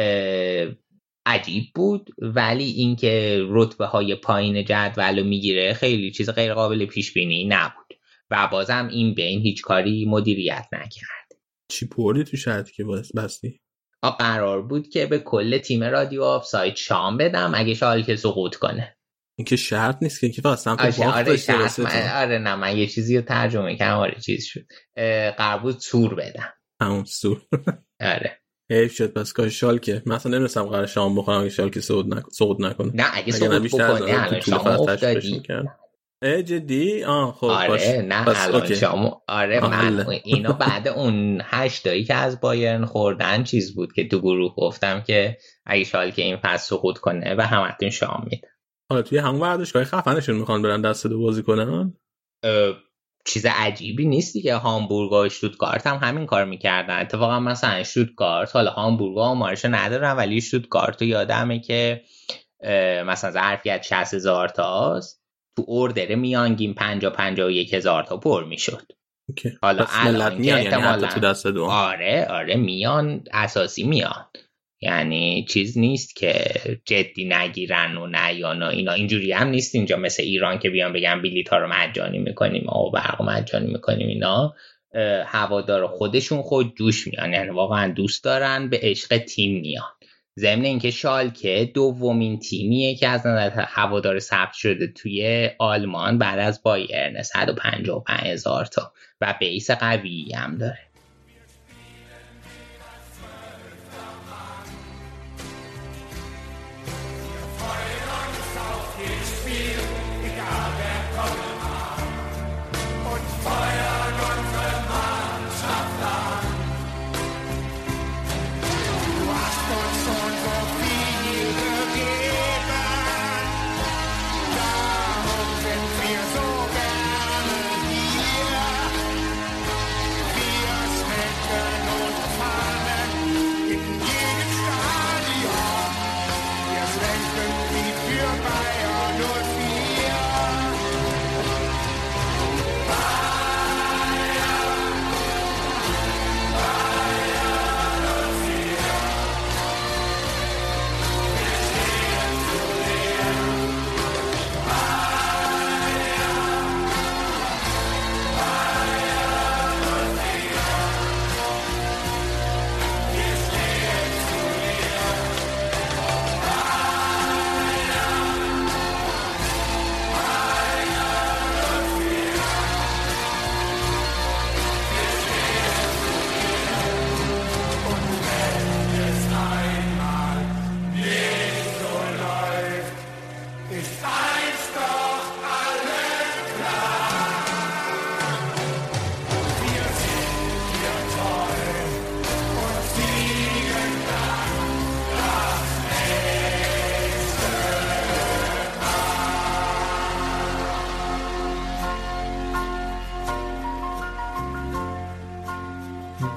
عجیب بود، ولی این که رتبه های پایین جدول رو میگیره خیلی چیز غیر قابل پیش بینی نبود و بازم این به این هیچ کاری مدیریت نکرد. چی پولی تو شرطی که بستی؟ قرار بود که به کل تیم رادیو آف سایت شام بدم اگه شالکه سقوط کنه. این که شرط نیست که که اصلا آره آره شرط من... آره نه من یه چیزی رو ترجمه کردم. آره چیز شد قرار بود سور بدم. همون سور. آره حیف شد پس که شالکه مثلا نمی‌رسم قرار شام بخورم اگه شالکه سقوط نکنه سقوط نکنه نه اگه سقوط بکنه الان شام افتادی. اه جدی؟ آه خب آره باش. نه الان شام آره من اینو بعد اون هشت تایی که از بایرن خوردن چیز بود که تو گروه گفتم که اگه شالکه این فصل سقوط کنه و همتون شام میده. حالا توی همون ورزشگاه خفنشون میخوان برن دست دو بازی کنن. چیز عجیبی نیست دیگه. هامبورگ و اشتوتگارت هم همین کار میکردن. اتفاقا مثلا اشتوتگارت حالا هامبورگ ها آمارشو ندارن ولی اشتوتگارت رو یادمه که مثلا ظرفیت شصت هزار تاست، تو اوردر میانگین پنجاه پنجاه و یک هزار تا پر میشد. حالا الان که احتمالاً تو دست دو. آره آره میان اساسی میان، یعنی چیز نیست که جدی نگیرن و نه یا نه. اینا اینجوری هم نیست اینجا مثل ایران که بیان بگن بلیط ها رو مجانی میکنیم آب برق مجانی میکنیم. اینا هوادار خودشون خود جوش میان، یعنی واقعا دوست دارن، به عشق تیم میان. ضمن اینکه شالکه دومین تیمیه که از نظر هوادار ثبت شده توی آلمان بعد از بایرن، صد و پنجاه و پنج هزار تا و بیس قوی هم داره.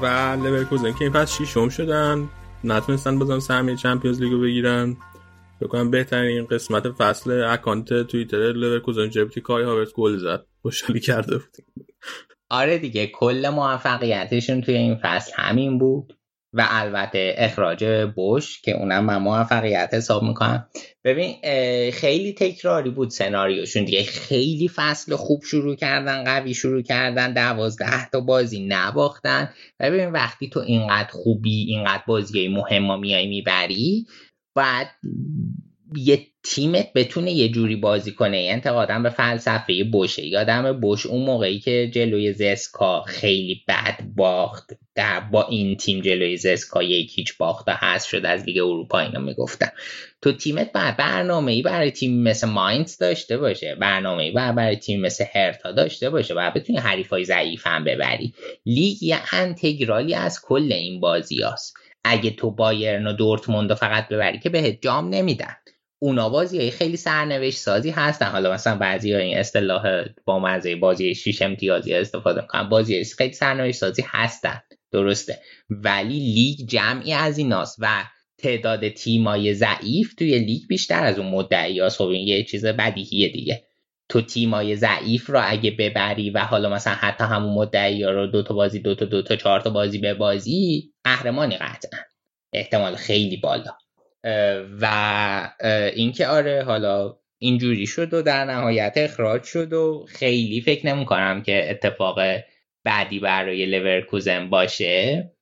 و لورکوزن که این فصل ششم شدن، نتونستن بازم سهمیه چمپیونز لیگو بگیرن. بکنم بهترین قسمت فصل اکانت توییتر لورکوزن جبتی کای هاورتز گل زد، خوشحالی کرده بود. آره دیگه، کل موفقیتشون توی این فصل همین بود و البته اخراج بوش که اونم من موفقیت حساب میکنم. ببین خیلی تکراری بود سناریوشون دیگه، خیلی فصل خوب شروع کردن، قوی شروع کردن، دوازده تا بازی نباختن. ببین وقتی تو اینقدر خوبی، اینقدر بازی مهمه میای میبری، بعد یه تیمت بتونه یه جوری بازی کنه. انتقادم به فلسفه بوشه. یادم بوش اون موقعی که جلوی زسکا خیلی بد باخت، در با این تیم جلوی زسکا یک هیچ باخته هست شد از لیگ اروپا، اینا میگفتن تو تیمت باید برنامه‌ای برای تیم مثل ماینز داشته باشه، برنامه‌ای برای, برای تیم مثل هرتا داشته باشه، باید بتونی حریفای ضعیف هم ببری. لیگ یه انتگرالی از کل این بازیاست. اگه تو بایرن و دورتموند فقط ببری که بهت جام نمیدن. اونا بازیای خیلی سرنوشت سازی هستن. حالا مثلا بعضیا این اصطلاح با مزه بازی شش امتیازی استفاده میکنن، بازی خیلی سرنوشت سازی هستن، درسته، ولی لیگ جمعی از ایناست و تعداد تیمای ضعیف توی لیگ بیشتر از اون مدعیاست. خب این یه چیز بدیهیه دیگه. تو تیمای ضعیف رو اگه ببری و حالا مثلا حتی همون مدعیا رو دو تا بازی دو تا دو تا چهار تا بازی به بازی، قهرمانی قطعا، احتمال خیلی بالا. و اینکه آره حالا اینجوری شد و در نهایت اخراج شد و خیلی فکر نمی کنم که اتفاق بعدی برای لورکوزن باشه.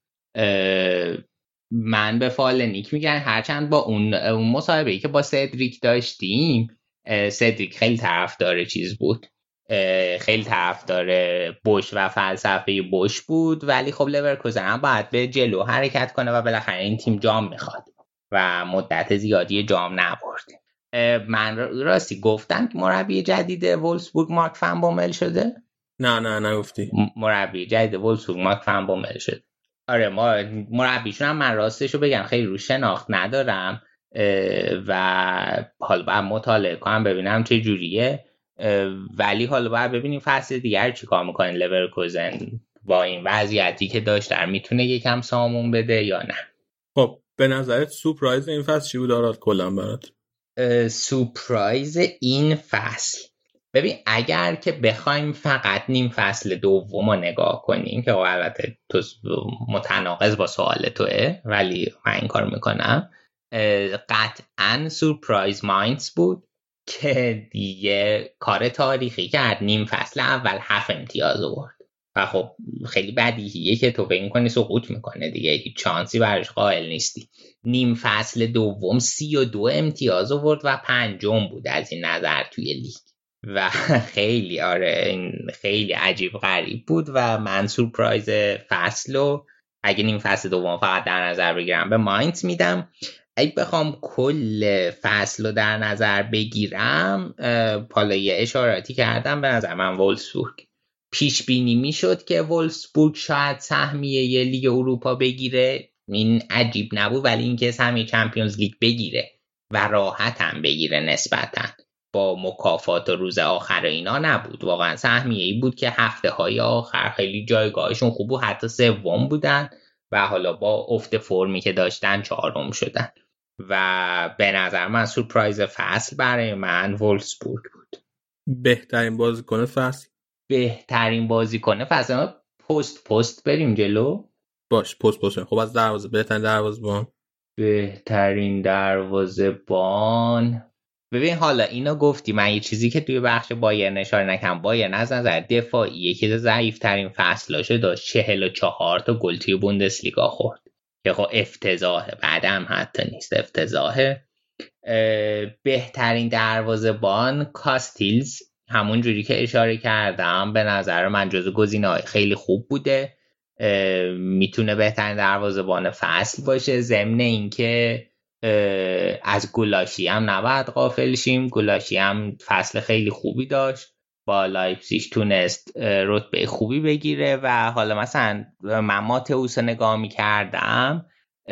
من به فال نیک میگم، هرچند با اون اون مصاحبه‌ای که با سدریک داشتیم، سدریک خیلی طرفدار چیز بود، خیلی طرفدار بوش و فلسفه بوش بود، ولی خب لورکوزن هم باید به جلو حرکت کنه و بالاخره این تیم جام میخواد و مدت زیادی جام نبرد. من راستی گفتم که مربی جدید وولفسبورگ مارک فن بومل شده؟ نه نه نگفتی. مربی جدید وولفسبورگ مارک فن بومل شد. آره ما مربیشون هم من راستشو بگم خیلی رو شناخت ندارم و حالا باید مطالعه کنم ببینم چه جوریه، ولی حالا باید ببینیم فصل دیگر چی کار میکنه لورکوزن با این وضعیتی که داشت، میتونه یکم سامون بده یا نه. خب به نظرت سورپرایز این فصل چی بود آراد کلا برات؟ سورپرایز این فصل، ببین اگر که بخوایم فقط نیم فصل دوم رو نگاه کنیم که البته تو متناقض با سوال توه ولی من این کار میکنم، قطعا سورپرایز ماینز بود که دیگه کار تاریخی کرد، نیم فصل اول هفت امتیاز آورد و خب خیلی بدیهیه که تو فکر می‌کنی سقوط میکنه دیگه، هیچ چانسی براش قائل نیستی. نیم فصل دوم سی و دو امتیاز آورد و پنجم بود از این نظر توی لیگ و خیلی آره این خیلی عجیب غریب بود و من سورپرایز فصل رو اگه نیم فصل دوم فقط در نظر بگیرم به ماینز میدم. اگه بخوام کل فصل رو در نظر بگیرم، حالا یه اشاراتی کردم، به نظر من وولفسبورگ پیش بینی میشد که وولفسبورگ شاید سهمیه یه لیگ اروپا بگیره، این عجیب نبود، ولی اینکه سهمیه چمپیونز لیگ بگیره و راحت هم بگیره نسبتاً با مکافات روز آخر اینا نبود، واقعا سهمیه‌ای بود که هفته های آخر خیلی جایگاهشون خوب بود، حتی سوم بودن و حالا با افت فرمی که داشتن چهارم شدن و به نظر من سورپرایز فصل برای من وولفسبورگ بود. بهترین بازیکن فصل بهترین بازیکن فصل پست پست بریم جلو باش پست پست خب از دروازه بهترین دروازه‌بان بهترین دروازه‌بان ببین حالا اینو گفتی، من یه چیزی که توی بخش بایرن اشاره نکردم، بایرن از نظر دفاعی یکی از ضعیف‌ترین فصلاشو داشت، چهل و چهار تا گل توی بوندسلیگا خورد که خب افتضاحه، بعدم حتی نیست، افتضاحه. بهترین دروازه‌بان کاستیلز، همون جوری که اشاره کردم به نظر من جزو گزینه‌های خیلی خوب بوده، میتونه بهترین دروازه‌بان فصل باشه. ضمن اینکه از گولاشی هم نباید غافل شیم، گولاشی هم فصل خیلی خوبی داشت، با لایپزیگ تونست رتبه خوبی بگیره و حالا مثلا من ماتئوس نگاه میکردم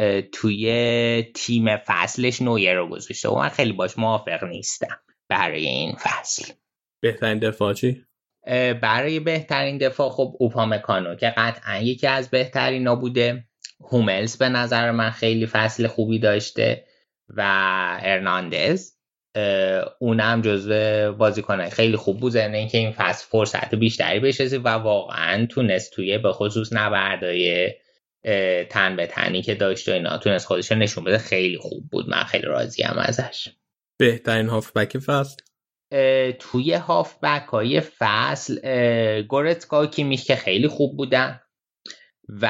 توی تیم فصلش نویر رو گذاشته و من خیلی باش موافق نیستم برای این فصل. بهترین دفاع چی؟ برای بهترین دفاع خب اوپامکانو که قطعا یکی از بهترینا بوده، هوملز به نظر من خیلی فصل خوبی داشته و ارناندز اونم جزو بازیکنای خیلی خوب بود، زنه اینکه این فصل فرصت بیشتری بهش رسید و واقعا تونست توی به خصوص نبردای تن به تنی که داشت و اینا تونست خودش نشون بده، خیلی خوب بود، من خیلی راضیم ازش. بهترین هافبک فصل توی هافبک های فصل گورتسکا و کیمیش که خیلی خوب بودن و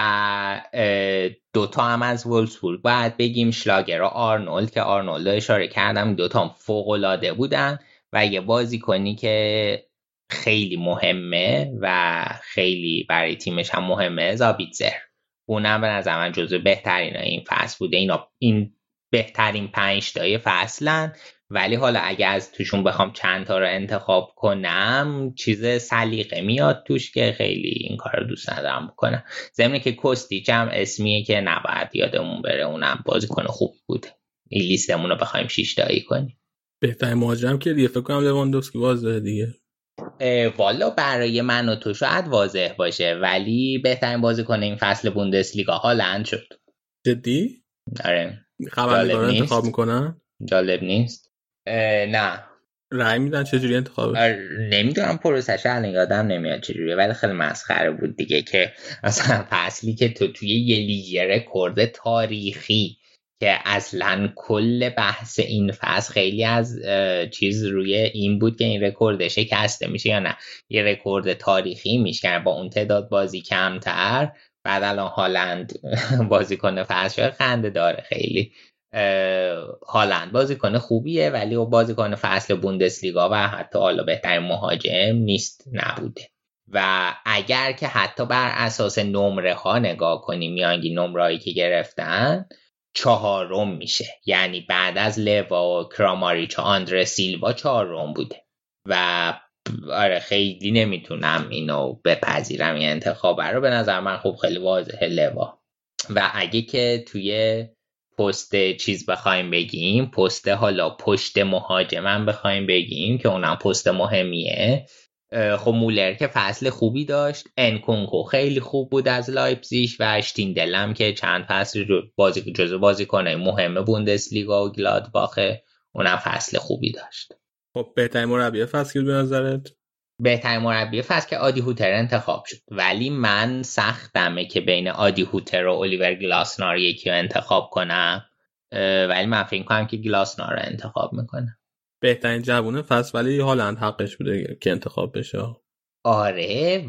دوتا هم از وولفسبورگ باید بگیم، شلاگر و آرنولد که آرنولد اشاره کردم، دوتا هم فوق العاده بودن و یه بازیکنی که خیلی مهمه و خیلی برای تیمش هم مهمه، زابیتزر، اونم به نظر من جزو بهترین این فصل بوده. اینا این بهترین پنج تای فصلن، ولی حالا اگه از توشون بخوام چند تا رو انتخاب کنم چیز سلیقه میاد توش که خیلی این کار رو دوست ندارم بکنم. ضمن که کوستیچ هم اسمیه که نباید یادمون بره، اونم بازیکن خوب بوده. این لیستمون رو بخوایم شش تایی کنیم. بهترین مهاجم که دیگه فکر کنم لواندوفسکی واضحه دیگه. والا برای من و تو شاید واضح باشه، ولی بهترین بازیکن این فصل بوندسلیگا هالند شد. جدی؟ آره. خبرنگارا انتخاب میکنن؟ جالب نیست؟ نه. رای میدن چجوری انتخابش؟ نمیدونم پروسش الان یادم نمیاد چجوریه، ولی خیلی مسخره بود دیگه که مثلا فصلی که تو توی یه لیگ رکورد تاریخی که اصلا کل بحث این فصل خیلی از چیز روی این بود که این رکورد شکسته میشه یا نه، یه رکورد تاریخی میشه با اون تعداد بازی کمتر، بعد الان هالند بازیکن فصل خنده داره خیلی. هالند بازیکن خوبیه ولی او بازیکن فصل بوندسلیگا و حتی حالا بهترین مهاجم نیست، نبوده. و اگر که حتی بر اساس نمره ها نگاه کنیم، میانگین نمرهایی که گرفتن چهارم میشه، یعنی بعد از لوا و کراماریچ و آندره سیلوا چهارم بوده و آره خیلی نمیتونم اینو بپذیرم این انتخاب رو. به نظر من خوب خیلی واضحه لوا. و اگه که توی پست چیز بخوایم بگیم، پست حالا پشت مهاجمم بخوایم بگیم که اونم پست مهمیه، خب مولر که فصل خوبی داشت، انکونکو خیلی خوب بود از لایپزیگ و اشتیندلم که چند فصل بازی جزو بازیکنای مهم بوندسلیگا و گلادباخه، اونم فصل خوبی داشت. خب بهترین مربی فصل به نظرت؟ بهترین مربی فصل که آدی هوتر انتخاب شد، ولی من سختمه که بین آدی هوتر و الیور گلاسنار یکی رو انتخاب کنم، ولی من فکر کنم که گلاسنار رو انتخاب میکنم. بهترین جوونه فصل ولی هالند حقش بوده که انتخاب بشه. آره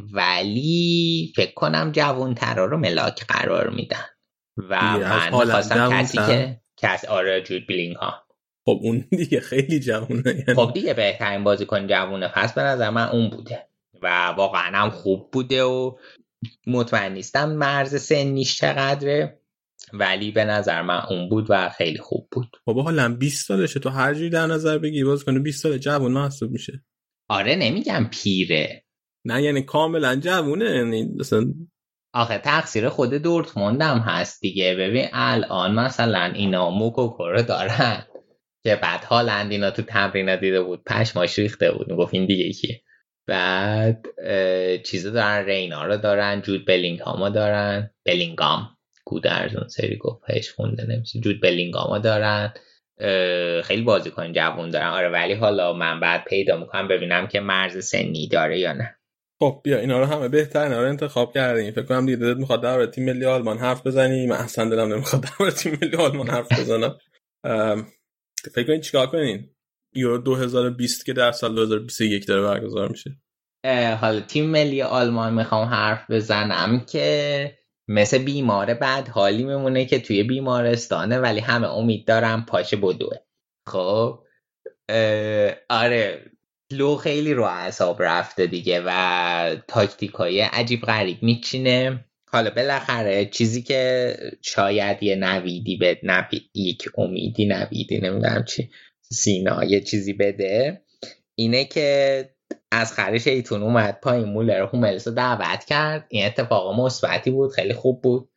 ولی فکر کنم جوان‌ترا رو ملاک قرار میدن و من می‌خواستم کسی که کس آره جود بلینگهام. خب اون دیگه خیلی جوونه، یعنی خب دیگه بهترین بازیکن جوونه فصل به نظر من اون بوده و واقعا هم خوب بوده و مطمئن نیستم مرز سنیش چقدره، ولی به نظر من اون بود و خیلی خوب بود. بابا حالا بیست سالشه، تو هر جوری در نظر بگی بازیکن بیست ساله جوون محسوب میشه. آره نمیگم پیره، نه یعنی کاملا جوونه، یعنی مثلا آخه تقصیر خود دورتموند هم هست دیگه. ببین الان مثلا اینا موکوکو رو دارن که بعد هالند اینا تو تمرین دیده بود پشماش ریخته بود، گفت این دیگه کیه. بعد چیزا دارن، رینا رو دارن، جود بلینگهام دارن، بلینگام گودرزون سری گفت هیچ خونده نمیشه، جود بلینگام دارن، خیلی بازیکن جوون دارن. آره ولی حالا من بعد پیدا میکنم ببینم که مرز سنی داره یا نه. خب بیا اینا رو همه بهترین رو انتخاب کردیم. فکر کنم دیگه دلت میخواد درباره تیم ملی آلمان حرف بزنی، من اصلا دلم نمیخواد درباره تیم ملی آلمان حرف بزنم. فکر کنید چیکار کنین یورو دو هزار و بیست که در سال دو هزار و بیست و یک داره برگزار میشه؟ حالا تیم ملی آلمان میخوام حرف بزنم که مثل بیمار بد حالی میمونه که توی بیمارستانه ولی همه امید دارن پاشه بدوه. خب آره لو خیلی رو اعصاب رفته دیگه و تاکتیکای عجیب غریب میچینه. حالا بالاخره چیزی که شاید یه نویدی به نبی... یک امیدی نویدی نمیدونم چی سینا یه چیزی بده اینه که از خرش ایتون اومد پایین مولر هوملز رو دعوت کرد. این اتفاق مثبتی بود، خیلی خوب بود.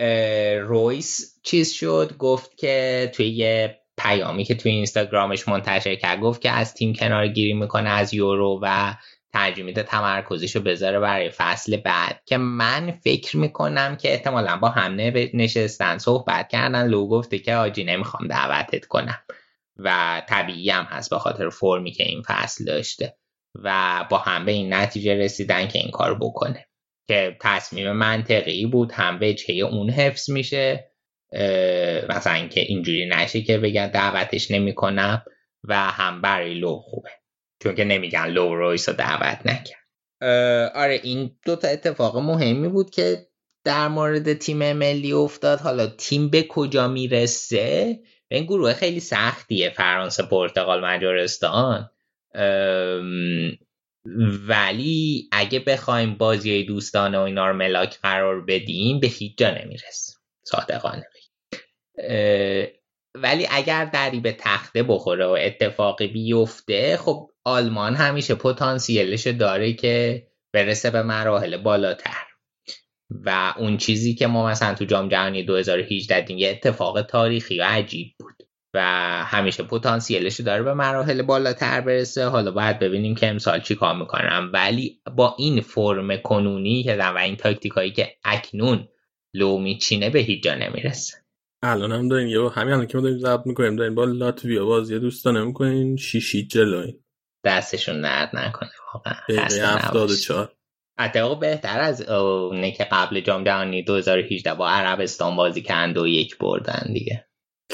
رویس چیز شد، گفت که توی یه پیامی که توی اینستاگرامش منتشر کرد گفت که از تیم کنار گیری میکنه از یورو و ترجیح میده تمرکزشو بذاره برای فصل بعد که من فکر میکنم که احتمالاً با هم نشستن صحبت کردن. لو گفته که آجی نمیخوام دعوتت کنم و طبیعی هم هست به خاطر فرمی که این فصل داشته و با هم به این نتیجه رسیدن که این کار بکنه که تصمیم منطقی بود. هم وجهه اون حفظ میشه، مثلا که اینجوری نشه که بگن دعوتش نمی کنم، و هم برای لو خوبه چون که نمیگن لو رویس رو دعوت نکرد. آره این دوتا اتفاق مهمی بود که در مورد تیم ملی افتاد. حالا تیم به کجا میرسه؟ این گروه خیلی سختیه، فرانسه، پرتغال، مجارستان، ولی اگه بخوایم بازی دوستانه و اینا رو ملاک قرار بدیم به هیچ جا نمیرسه صادقانه. ولی اگر دری به تخته بخوره و اتفاقی بیفته، خب آلمان همیشه پتانسیلش داره که برسه به مراحل بالاتر و اون چیزی که ما مثلا تو جام جهانی دو هزار و هجده دیدیم یه اتفاق تاریخی و عجیب بود و همیشه پتانسیلش داره به مراحل بالاتر برسه. حالا باید ببینیم که امسال چی کار میکنم، ولی با این فرم کنونی که و این تاکتیکایی که اکنون لو میچینه به هیچ جا نمیرسه. الان هم دارین یه همین الان که ما داریم ضبط میکنیم دارین با لاتویا بازی دوستانه میکنین شیشی جلوین، دستشون درد نکنه واقعا. دقیقه هفتاد و چهار اتفاقا بهتر از اونه که قبل جام جهانی دو هزار و هجده با عربستان بازی کردن و یک بردن دیگه.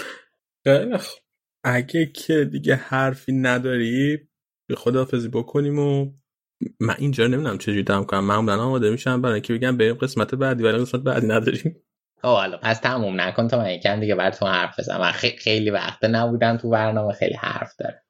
اگه که دیگه حرفی نداری به خداحافظی بکنیم و من اینجا نمیدونم چجوری دارم کنم. من بودن آماده میشم برای که بگم بریم قسمت بعدی، ولی قسمت بعدی نداریم. آه حالا پس تموم نکن تا من یکم دیگه براتون حرف بزنم. من خیلی, خیلی وقت نبودم تو برنامه، خیلی حرف داره.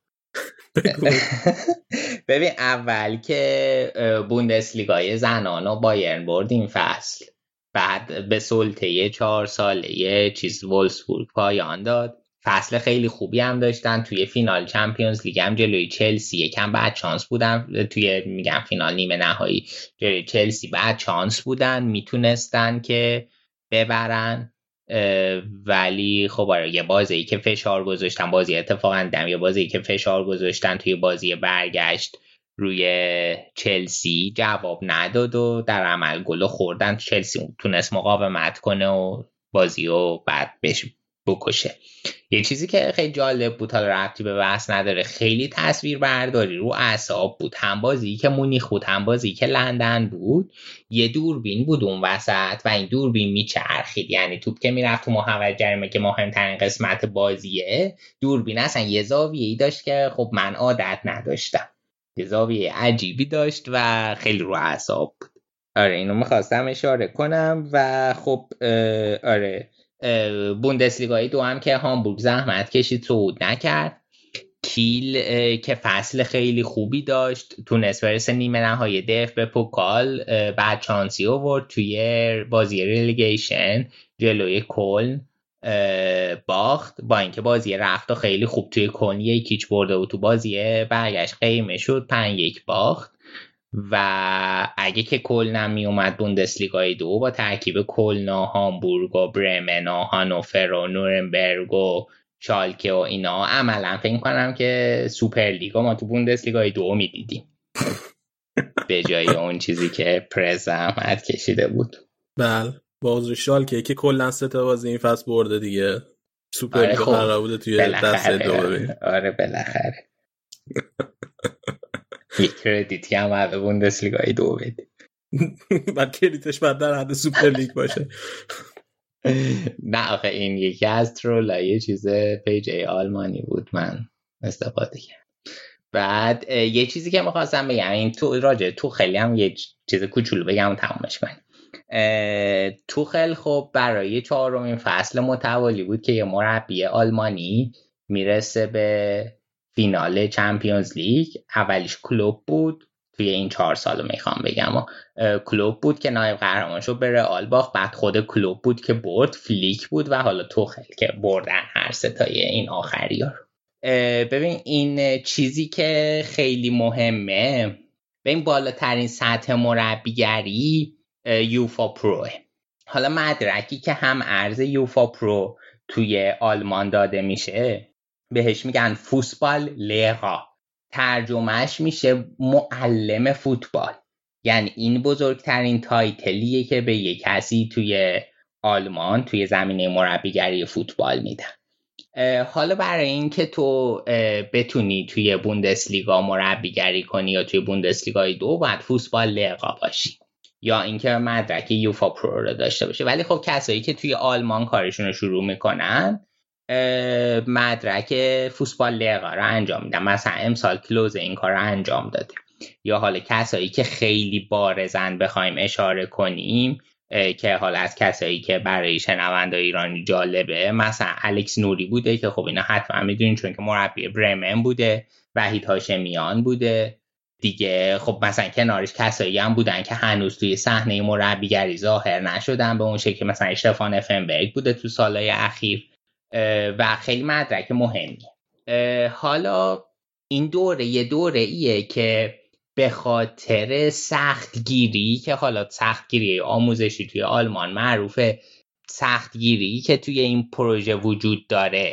ببین اول که بوندسلیگای زنان و بایرن برد این فصل، بعد به سلطه چهار ساله چیز وولسبورگ پایان داد. فصل خیلی خوبی هم داشتن، توی فینال چمپیونز لیگ هم جلوی چلسی یکم بعد چانس بودن، توی میگم فینال نیمه نهایی جلوی چلسی بعد چانس بودن میتونستن که ببرن، ولی خب آره یه بازی که فشار گذاشتن، بازی اتفاقا دم یه بازی که فشار گذاشتن توی بازی برگشت روی چلسی جواب نداد و در عمل گل خوردن. چلسی تونست مقاومت کنه و بازی رو بعد بهش بکشه. یه چیزی که خیلی جالب بود، حالا ربطی به بحث نداره، خیلی تصویر برداری رو اعصاب بود. هم بازی که مونیخ بود هم بازی که لندن بود، یه دوربین بود اون وسط و این دوربین میچرخید، یعنی توپ که میرفت تو محوطه جریمه که مهمترین قسمت بازیه، دوربین اصلا یه زاویه‌ای داشت که خب من عادت نداشتم، یه زاویه عجیبی داشت و خیلی رو اعصاب بود. آره اینو می‌خواستم اشاره کنم. و خب آره بوندسلیگای دو هم که هامبورگ زحمت کشید صعود نکرد. کیل که فصل خیلی خوبی داشت تونست برسه نیمه نهایی دف به پوکال، بعد چانسی آورد توی بازی ریلیگیشن جلوی کلن باخت، با اینکه بازی رفت خیلی خوب توی کلن یکیچ برده و تو بازی برگشت قیمه شد پنج یک باخت. و اگه که کلن می اومد بوندسلیگای دو با ترکیب کلن و هامبورگ و برمن و هانوفر و نورنبرگ و شالکه و اینا، عملا فکر کنم که سوپر لیگ ما تو بوندسلیگای دو میدیدیم به جای اون چیزی که پرز زحمت کشیده بود. بله بازی شالکه که کلا سه تا بازی این فصل برده دیگه، سوپر لیگ قرار بوده توی دست دو ببین. آره بالاخره یک کردیتی هم به بوندسلیگای دو بدی بعد کردیتش بعد در حد سوپر لیگ باشه. نه آخه این یکی از ترولای چیز پیج آلمانی بود من استفاده کردم. بعد یه چیزی که می‌خواستم بگم این تو راجع تو خیلی هم یه چیز کوچولو بگم و تمومش کنیم. توخل خب برای چهارمین فصل متوالی بود که یه مربی آلمانی میرسه به فینال چمپیونز لیگ. اولیش کلوب بود توی این چهار سال میخوام بگم و کلوب بود که نایب قهرمان شد به رئال باخت، بعد خود کلوب بود که برد، فلیک بود و حالا توخل که بردن هر ستای این آخری ها. ببین این چیزی که خیلی مهمه، ببین بالاترین سطح مربیگری یوفا پرو، حالا مدرکی که هم ارز یوفا پرو توی آلمان داده میشه بهش میگن فوتبال لیگا، ترجمهش میشه معلم فوتبال. یعنی این بزرگترین تایتلیه که به یک کسی توی آلمان توی زمینه مربیگری فوتبال میدن. حالا برای این که تو بتونی توی بوندسلیگا مربیگری کنی یا توی بوندسلیگای دو باید فوتبال لیگا باشی یا اینکه مدرک یوفا پرو رو داشته باشه. ولی خب کسایی که توی آلمان کارشون رو شروع میکنن مدرک فوتبال لیگا رو انجام میدن. مثلا امسال کلوز این کار رو انجام داده. یا حالا کسایی که خیلی بارزن بخوایم اشاره کنیم که حالا از کسایی که برای شنوندای ایرانی جالبه، مثلا الکس نوری بوده که خب اینا حتما میدونین چون که مربی برمن بوده، وحید هاشمیان بوده دیگه. خب مثلا کنارش کسایی هم بودن که هنوز توی صحنه مربیگری ظاهر نشدن به اون شکل، مثلا اشتفان افنبرگ بوده تو سالهای اخیر و خیلی مدرک مهمیه. حالا این دوره یه دوره ایه که به خاطر سختگیری که حالا سختگیری آموزشی توی آلمان معروفه، سختگیری که توی این پروژه وجود داره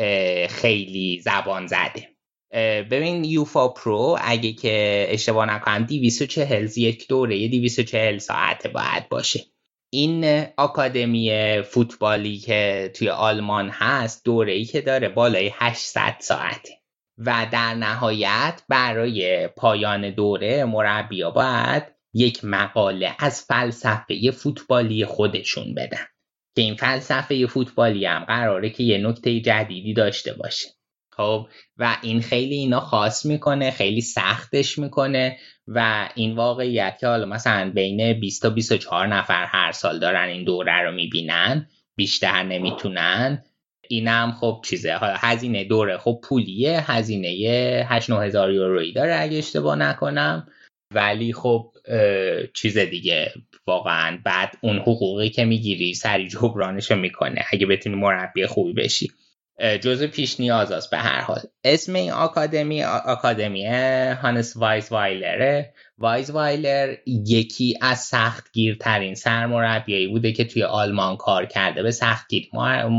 خیلی زبان زده. ببین یوفا پرو اگه که اشتباه نکنم دویست و چهل یک دوره دویست و چهل ساعته باید باشه. این آکادمی فوتبالی که توی آلمان هست دوره‌ای که داره بالای هشتصد ساعته و در نهایت برای پایان دوره مربی‌ها باید یک مقاله از فلسفه فوتبالی خودشون بدن که این فلسفه فوتبالی هم قراره که یه نکته جدیدی داشته باشه. خب و این خیلی اینا خاص میکنه، خیلی سختش میکنه و این واقعیت که حالا مثلا بین بیست تا بیست و چهار نفر هر سال دارن این دوره رو میبینن، بیشتر نمیتونن. اینم خب چیزه، حالا هزینه دوره خب پولیه، هزینه هشت نه هزار یورویی داره اگه اشتباه نکنم، ولی خب چیز دیگه واقعا بعد اون حقوقی که میگیری سری جبرانشو میکنه اگه بتونی مربی خوبی بشی. جزء پیش نیاز است. به هر حال اسم این آکادمی آکادمی هانس وایزوایلره. وایزوایلر یکی از سختگیرترین سرمربیایی بوده که توی آلمان کار کرده، به سختگیر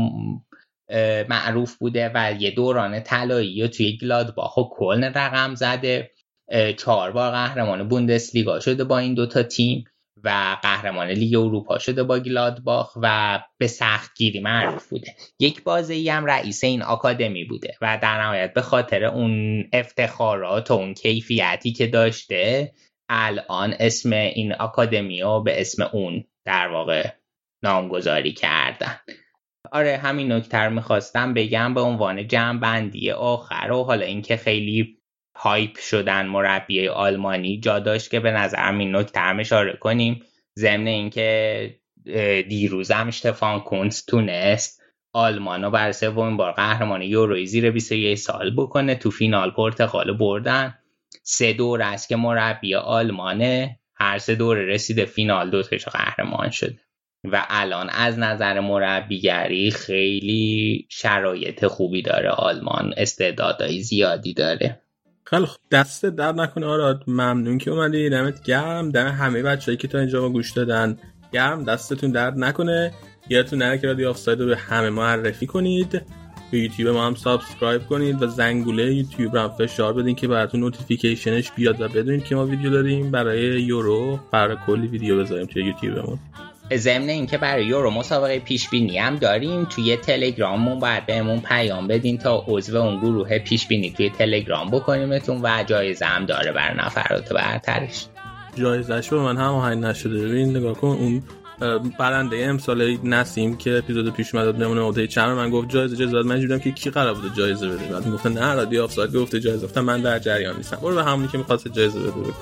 معروف بوده و یه دوران طلایی توی گلادباخ و کلن رقم زده. چهار بار قهرمان بوندسلیگا شده با این دوتا تیم و قهرمان لیگ اروپا شده با گلادباخ و به سختگیری معروف بوده. یک بازی هم رئیس این آکادمی بوده و در نهایت به خاطر اون افتخارات و اون کیفیتی که داشته الان اسم این آکادمی رو به اسم اون در واقع نامگذاری کردن. آره همین نکته رو میخواستم بگم به عنوان جمع‌بندی آخر. و حالا اینکه خیلی هایپ شدن مربی آلمانی جا داشت که به نظرم این نکته هم اشاره کنیم، ضمن اینکه دیروز هم اشتفان کونتز تونست آلمانو برای سومین بار قهرمان یوروی زیر بیست و یک سال بکنه. تو فینال پرتغال بردن. سه دوره است که مربی آلمانه، هر سه دوره رسیده فینال، دو تاش قهرمان شده و الان از نظر مربیگری خیلی شرایط خوبی داره آلمان، استعدادهای زیادی داره. خیلی خوب، دست در نکنه آراد، ممنون که اومدی، دمت گرم، دم همه بچه‌ای که تا اینجا ما گوش دادن گرم، دستتون درد نکنه. یادتون نره که رادیو آفساید رو به همه معرفی کنید، به یوتیوب ما هم سابسکرایب کنید و زنگوله یوتیوب رو هم فشار بدین که براتون نوتیفیکیشنش بیاد و بدونید که ما ویدیو داریم برای یورو، برای کلی ویدیو بذاریم توی یوتیوبمون. ضمن اینکه برای یورو مسابقه پیش بینی هم داریم توی تلگراممون، باید بهمون پیام بدین تا عضو اون گروه پیش بینی توی تلگرام بکنیمتون و جایزه هم داره برای نفرات برترش. جایزه‌اش به من هم آهنگ نشده. ببین نگاه کن، اون برنده امسال نسیم که اپیزود پیش اومد نمونه عهده چند من گفت جایزه جایزه داد، من دیدم که کی قرار بود جایزه بده، بعد گفتن نه رادیو آفساید گفته جایزه، گفتم من در جریان نیستم، برو به همونی که می‌خواست جایزه بده بگو.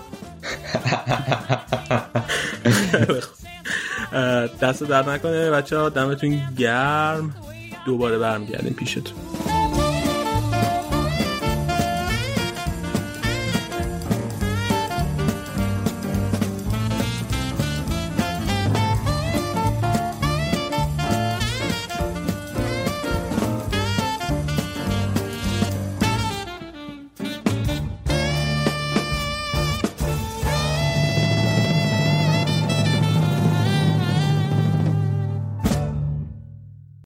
دست در نکنه بچه‌ها، دمتون گرم، دوباره برمیگردیم پیشتون.